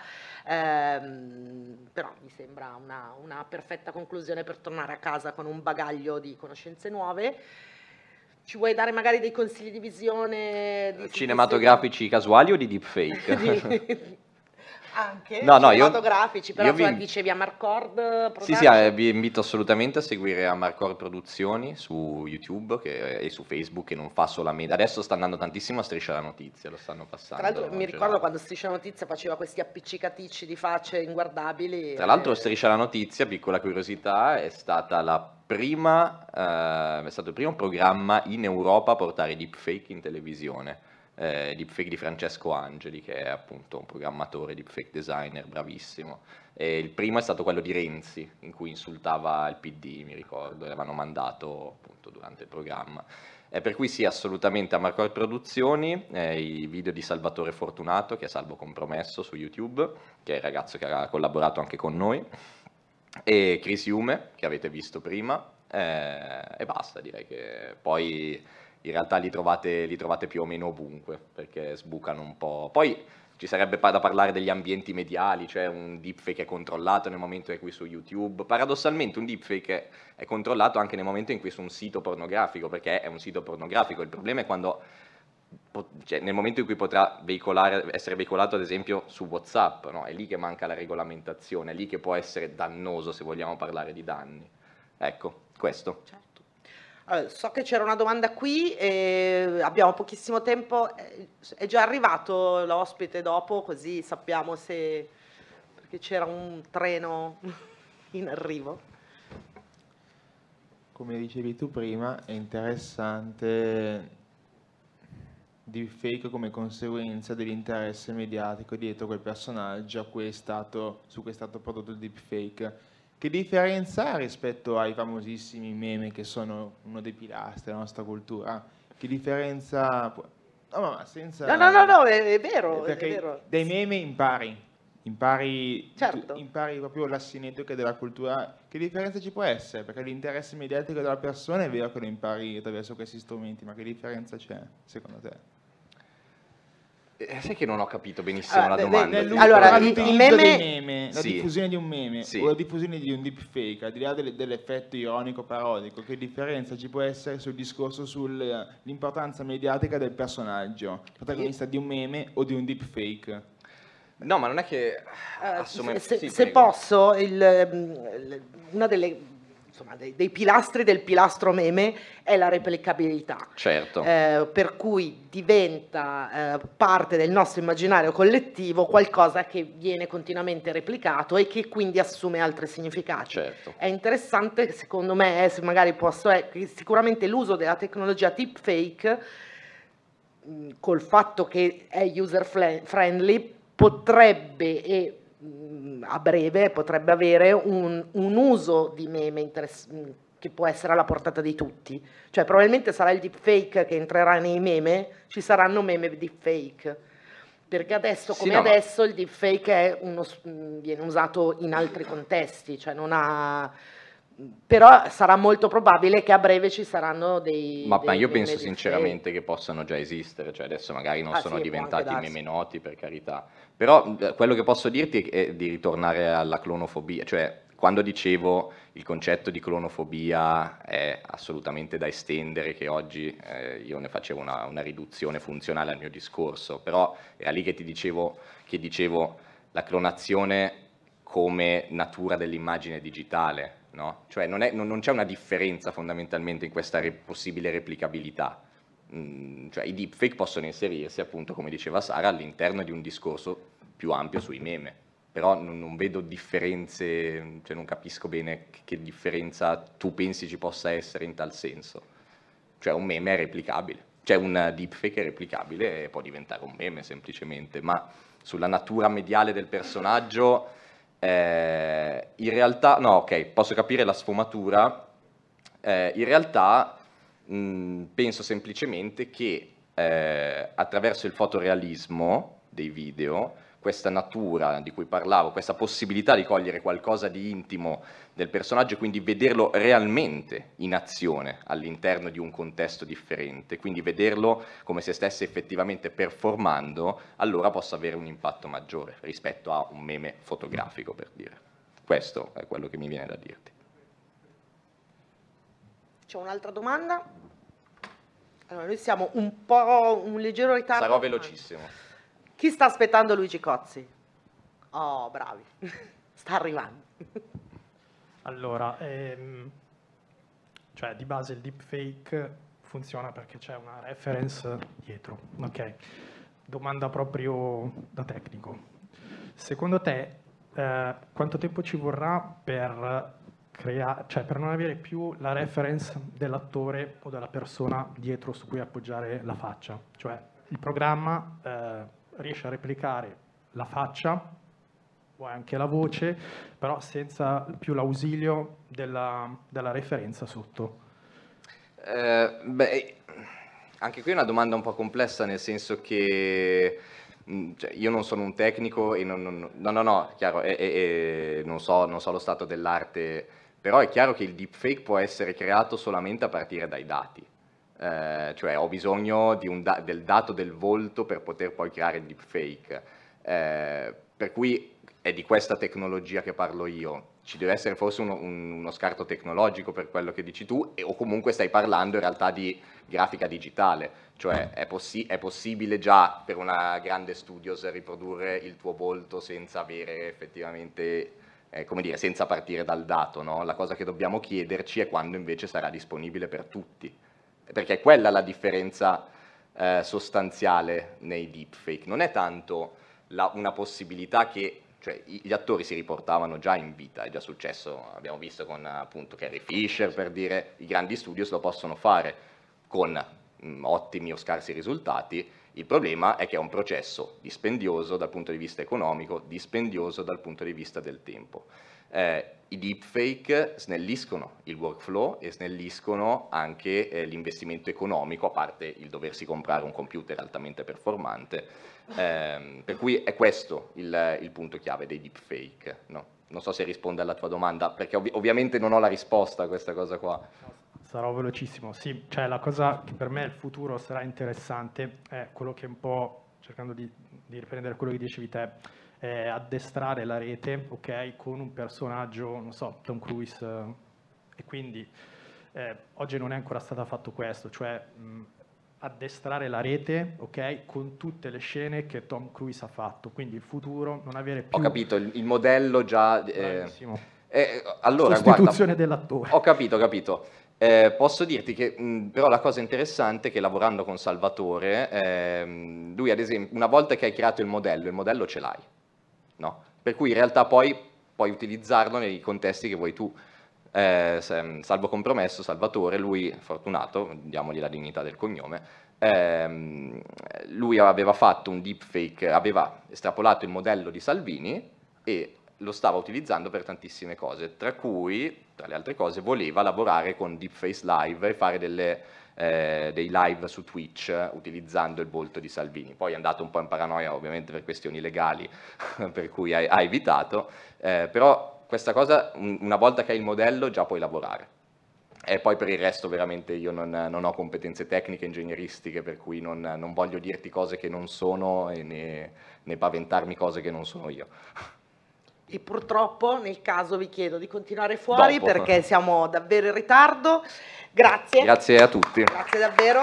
Speaker 2: ehm, però mi sembra una, una perfetta conclusione per tornare a casa con un bagaglio di conoscenze nuove. Ci vuoi dare magari dei consigli di visione? Di
Speaker 3: cinematografici casuali o di deepfake?
Speaker 2: di... Anche
Speaker 3: no, no,
Speaker 2: cinematografici,
Speaker 3: io,
Speaker 2: però
Speaker 3: io
Speaker 2: vi...
Speaker 3: vi...
Speaker 2: dicevi a Marcord
Speaker 3: Sì, sì, eh, vi invito assolutamente a seguire a Marcord Produzioni su YouTube che, e su Facebook, che non fa solamente... Adesso sta andando tantissimo a Striscia la Notizia, lo stanno passando.
Speaker 2: Tra l'altro mi ricordo quando Striscia la Notizia faceva questi appiccicaticci di facce inguardabili.
Speaker 3: Tra l'altro
Speaker 2: e...
Speaker 3: Striscia la Notizia, piccola curiosità, è stata la prima, eh, è stato il primo programma in Europa a portare deepfake in televisione. Eh, deepfake di Francesco Angeli, che è appunto un programmatore, deepfake designer, bravissimo. E il primo è stato quello di Renzi, in cui insultava il P D, mi ricordo, e l'avevano mandato appunto durante il programma. Eh, per cui sì, assolutamente a Marcord Produzioni, eh, i video di Salvatore Fortunato, che è Salvo Compromesso su YouTube, che è il ragazzo che ha collaborato anche con noi, e Chris Hume, che avete visto prima, eh, e basta, direi che poi... in realtà li trovate, li trovate più o meno ovunque, perché sbucano un po'. Poi ci sarebbe da parlare degli ambienti mediali, cioè un deepfake è controllato nel momento in cui su YouTube. Paradossalmente un deepfake è controllato anche nel momento in cui su un sito pornografico, perché è un sito pornografico. Il problema è quando, cioè, nel momento in cui potrà veicolare, essere veicolato ad esempio su WhatsApp, no? È lì che manca la regolamentazione, è lì che può essere dannoso se vogliamo parlare di danni. Ecco, questo.
Speaker 2: Certo. Allora, so che c'era una domanda qui, e abbiamo pochissimo tempo, è già arrivato l'ospite dopo, così sappiamo se, perché c'era un treno in arrivo.
Speaker 17: Come dicevi tu prima, è interessante deepfake come conseguenza dell'interesse mediatico dietro quel personaggio a cui è stato, su cui è stato prodotto il deepfake. Che differenza ha rispetto ai famosissimi meme che sono uno dei pilastri della nostra cultura? Che differenza... Può... No, ma senza...
Speaker 2: No, no, no, no, è, è vero,
Speaker 17: Perché
Speaker 2: è vero.
Speaker 17: dai meme impari, impari,
Speaker 2: certo.
Speaker 17: impari proprio la simmetria della cultura. Che differenza ci può essere? Perché l'interesse mediatico della persona è vero che lo impari attraverso questi strumenti, ma che differenza c'è, secondo te?
Speaker 3: Eh, sai che non ho capito benissimo
Speaker 2: allora,
Speaker 3: la domanda.
Speaker 2: Allora, i, i meme...
Speaker 17: meme la
Speaker 3: sì.
Speaker 17: diffusione di un meme
Speaker 3: sì.
Speaker 17: o la diffusione di un deepfake, al di là delle, dell'effetto ironico-parodico, che differenza ci può essere sul discorso sull'importanza mediatica del personaggio, protagonista di un meme o di un deepfake?
Speaker 3: No, ma non è che...
Speaker 2: Uh,
Speaker 3: assume...
Speaker 2: se,
Speaker 3: sì,
Speaker 2: se posso, il, una delle... Insomma, dei, dei pilastri del pilastro meme è la replicabilità,
Speaker 3: certo.
Speaker 2: eh, per cui diventa eh, parte del nostro immaginario collettivo qualcosa che viene continuamente replicato e che quindi assume altri significati.
Speaker 3: Certo.
Speaker 2: È interessante, secondo me, eh, se magari posso, è che sicuramente l'uso della tecnologia deepfake, mh, col fatto che è user friendly, potrebbe e a breve potrebbe avere un, un uso di meme interess- che può essere alla portata di tutti, cioè probabilmente sarà il deepfake che entrerà nei meme, ci saranno meme deepfake, perché adesso come
Speaker 3: sì, no,
Speaker 2: adesso il deepfake è uno, viene usato in altri contesti, cioè non ha... Però sarà molto probabile che a breve ci saranno dei...
Speaker 3: Ma,
Speaker 2: dei
Speaker 3: ma io
Speaker 2: meme
Speaker 3: penso
Speaker 2: deepfake.
Speaker 3: sinceramente che possano già esistere, cioè adesso magari non
Speaker 2: Ah,
Speaker 3: sono
Speaker 2: sì,
Speaker 3: diventati meme noti, per carità. Però eh, quello che posso dirti è di ritornare alla clonofobia, cioè quando dicevo il concetto di clonofobia è assolutamente da estendere, che oggi eh, io ne facevo una, una riduzione funzionale al mio discorso, però era lì che ti dicevo, che dicevo la clonazione come natura dell'immagine digitale. No? Cioè non, è, non, non c'è una differenza fondamentalmente in questa re- possibile replicabilità, mm, cioè i deepfake possono inserirsi appunto come diceva Sara all'interno di un discorso più ampio sui meme, però non, non vedo differenze, cioè non capisco bene che, che differenza tu pensi ci possa essere in tal senso, cioè un meme è replicabile, Cioè un deepfake è replicabile e può diventare un meme semplicemente, ma sulla natura mediale del personaggio, eh, in realtà, no, ok, posso capire la sfumatura, eh, in realtà mh, penso semplicemente che eh, attraverso il fotorealismo dei video, questa natura di cui parlavo, questa possibilità di cogliere qualcosa di intimo del personaggio e quindi vederlo realmente in azione all'interno di un contesto differente, quindi vederlo come se stesse effettivamente performando, allora possa avere un impatto maggiore rispetto a un meme fotografico, per dire. Questo è quello che mi viene da dirti.
Speaker 2: C'è un'altra domanda? Allora, noi siamo un po' un leggero ritardo.
Speaker 3: Sarò velocissimo.
Speaker 2: Chi sta aspettando Luigi Cozzi? Oh, bravi. Sta arrivando.
Speaker 18: Allora, ehm, cioè di base il deepfake funziona perché c'è una reference dietro, ok? Domanda proprio da tecnico. Secondo te, eh, quanto tempo ci vorrà per crea- cioè per non avere più la reference dell'attore o della persona dietro su cui appoggiare la faccia? Cioè il programma eh, riesce a replicare la faccia o anche la voce, però senza più l'ausilio della, della referenza sotto.
Speaker 3: Eh, beh, anche qui è una domanda un po' complessa, nel senso che mh, cioè, io non sono un tecnico e non, non, no, no, no, chiaro, e, e, e non, so, non so lo stato dell'arte, però è chiaro che il deepfake può essere creato solamente a partire dai dati. Eh, cioè ho bisogno di un da- del dato del volto per poter poi creare il deepfake, eh, per cui è di questa tecnologia che parlo io. Ci deve essere forse uno, un, uno scarto tecnologico per quello che dici tu, e, o comunque stai parlando in realtà di grafica digitale, cioè è, possi- è possibile già per una grande studios riprodurre il tuo volto senza avere effettivamente, eh, come dire, senza partire dal dato, no? La cosa che dobbiamo chiederci è quando invece sarà disponibile per tutti, perché è quella la differenza eh, sostanziale nei deepfake. Non è tanto la, una possibilità che, cioè, gli attori si riportavano già in vita, è già successo, abbiamo visto con appunto Carrie Fisher, per dire, i grandi studios lo possono fare con mh, ottimi o scarsi risultati. Il problema è che è un processo dispendioso dal punto di vista economico, dispendioso dal punto di vista del tempo. Eh, I deepfake snelliscono il workflow e snelliscono anche eh, l'investimento economico, a parte il doversi comprare un computer altamente performante, eh, per cui è questo il, il punto chiave dei deepfake, no? Non so se risponde alla tua domanda, perché ov- ovviamente non ho la risposta a questa cosa qua.
Speaker 18: Sarò velocissimo, sì, cioè la cosa che per me il futuro sarà interessante è quello che un po', cercando di, di riprendere quello che dicevi te, è addestrare la rete, ok, con un personaggio, non so, Tom Cruise, eh, e quindi eh, oggi non è ancora stato fatto questo, cioè mh, addestrare la rete, ok, con tutte le scene che Tom Cruise ha fatto, quindi il futuro non avere più...
Speaker 3: Ho capito, il, il modello già... Eh, eh, allora,
Speaker 18: sostituzione
Speaker 3: guarda,
Speaker 18: dell'attore.
Speaker 3: Ho capito, ho capito. Eh, posso dirti che mh, però la cosa interessante è che lavorando con Salvatore, ehm, lui ad esempio, una volta che hai creato il modello, il modello ce l'hai, no? Per cui in realtà poi puoi utilizzarlo nei contesti che vuoi tu. Eh, salvo compromesso, Salvatore, lui, fortunato, diamogli la dignità del cognome, ehm, lui aveva fatto un deepfake, aveva estrapolato il modello di Salvini e lo stava utilizzando per tantissime cose, tra cui, tra le altre cose, voleva lavorare con Deepface Live e fare delle, eh, dei live su Twitch utilizzando il volto di Salvini. Poi è andato un po' in paranoia, ovviamente per questioni legali, per cui ha, ha evitato, eh, però questa cosa, un, una volta che hai il modello, già puoi lavorare. E poi per il resto veramente io non, non ho competenze tecniche, ingegneristiche, per cui non, non voglio dirti cose che non sono e né, né paventarmi cose che non sono io.
Speaker 2: E purtroppo nel caso vi chiedo di continuare fuori
Speaker 3: Dopo.
Speaker 2: perché siamo davvero in ritardo. Grazie.
Speaker 3: Grazie a tutti.
Speaker 2: Grazie davvero.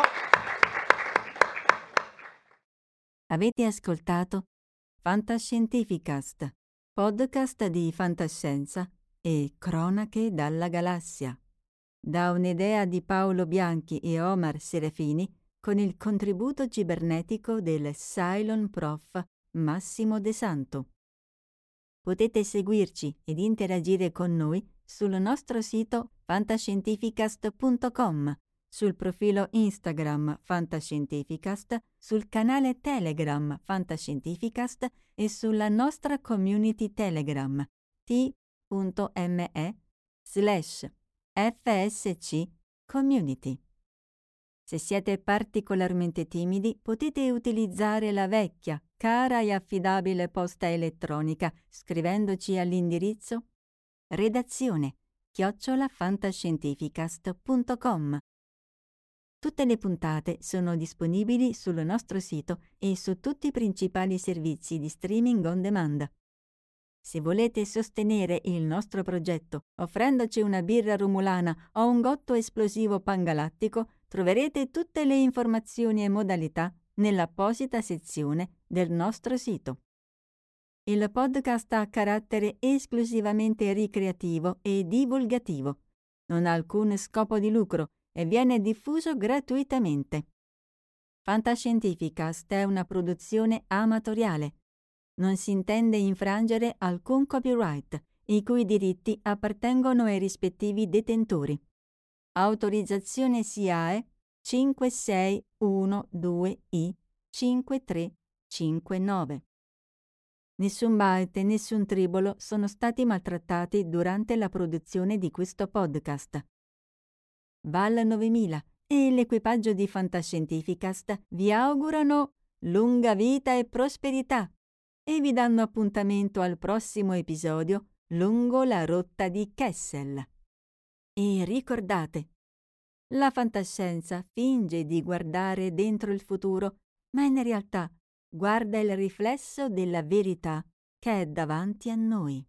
Speaker 1: Avete ascoltato Fantascientificast, podcast di fantascienza e cronache dalla galassia. Da un'idea di Paolo Bianchi e Omar Serafini con il contributo cibernetico del Cylon Prof Massimo De Santo. Potete seguirci ed interagire con noi sul nostro sito fantascientificast punto com, sul profilo Instagram Fantascientificast, sul canale Telegram Fantascientificast e sulla nostra community Telegram t.me slash fsc community. Se siete particolarmente timidi, potete utilizzare la vecchia, cara e affidabile posta elettronica scrivendoci all'indirizzo redazione chiocciola fantascientificast punto com. Tutte le puntate sono disponibili sul nostro sito e su tutti i principali servizi di streaming on demand. Se volete sostenere il nostro progetto offrendoci una birra rumulana o un gotto esplosivo pangalattico, troverete tutte le informazioni e modalità nell'apposita sezione del nostro sito. Il podcast ha carattere esclusivamente ricreativo e divulgativo. Non ha alcun scopo di lucro e viene diffuso gratuitamente. Fantascientificast è una produzione amatoriale. Non si intende infrangere alcun copyright, i cui diritti appartengono ai rispettivi detentori. Autorizzazione S I A E cinque sei uno due I cinque tre cinque nove. Nessun byte e nessun tribolo sono stati maltrattati durante la produzione di questo podcast. Val novemila e l'equipaggio di Fantascientificast vi augurano lunga vita e prosperità e vi danno appuntamento al prossimo episodio lungo la rotta di Kessel. E ricordate, la fantascienza finge di guardare dentro il futuro, ma in realtà guarda il riflesso della verità che è davanti a noi.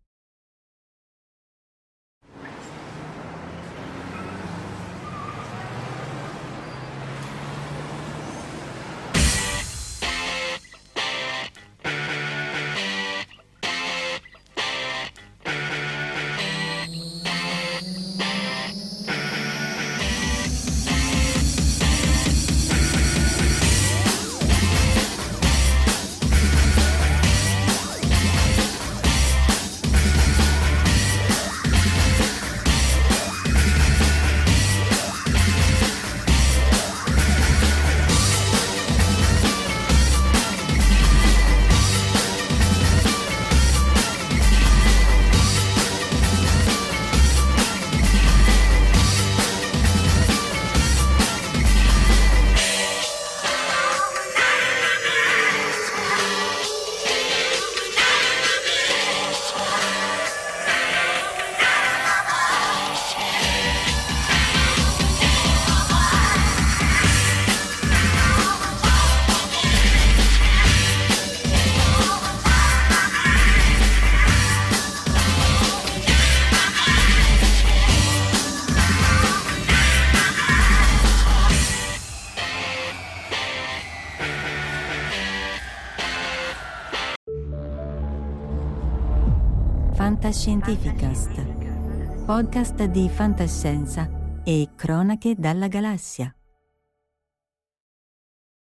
Speaker 1: Fantascientificast, podcast di fantascienza e cronache dalla galassia.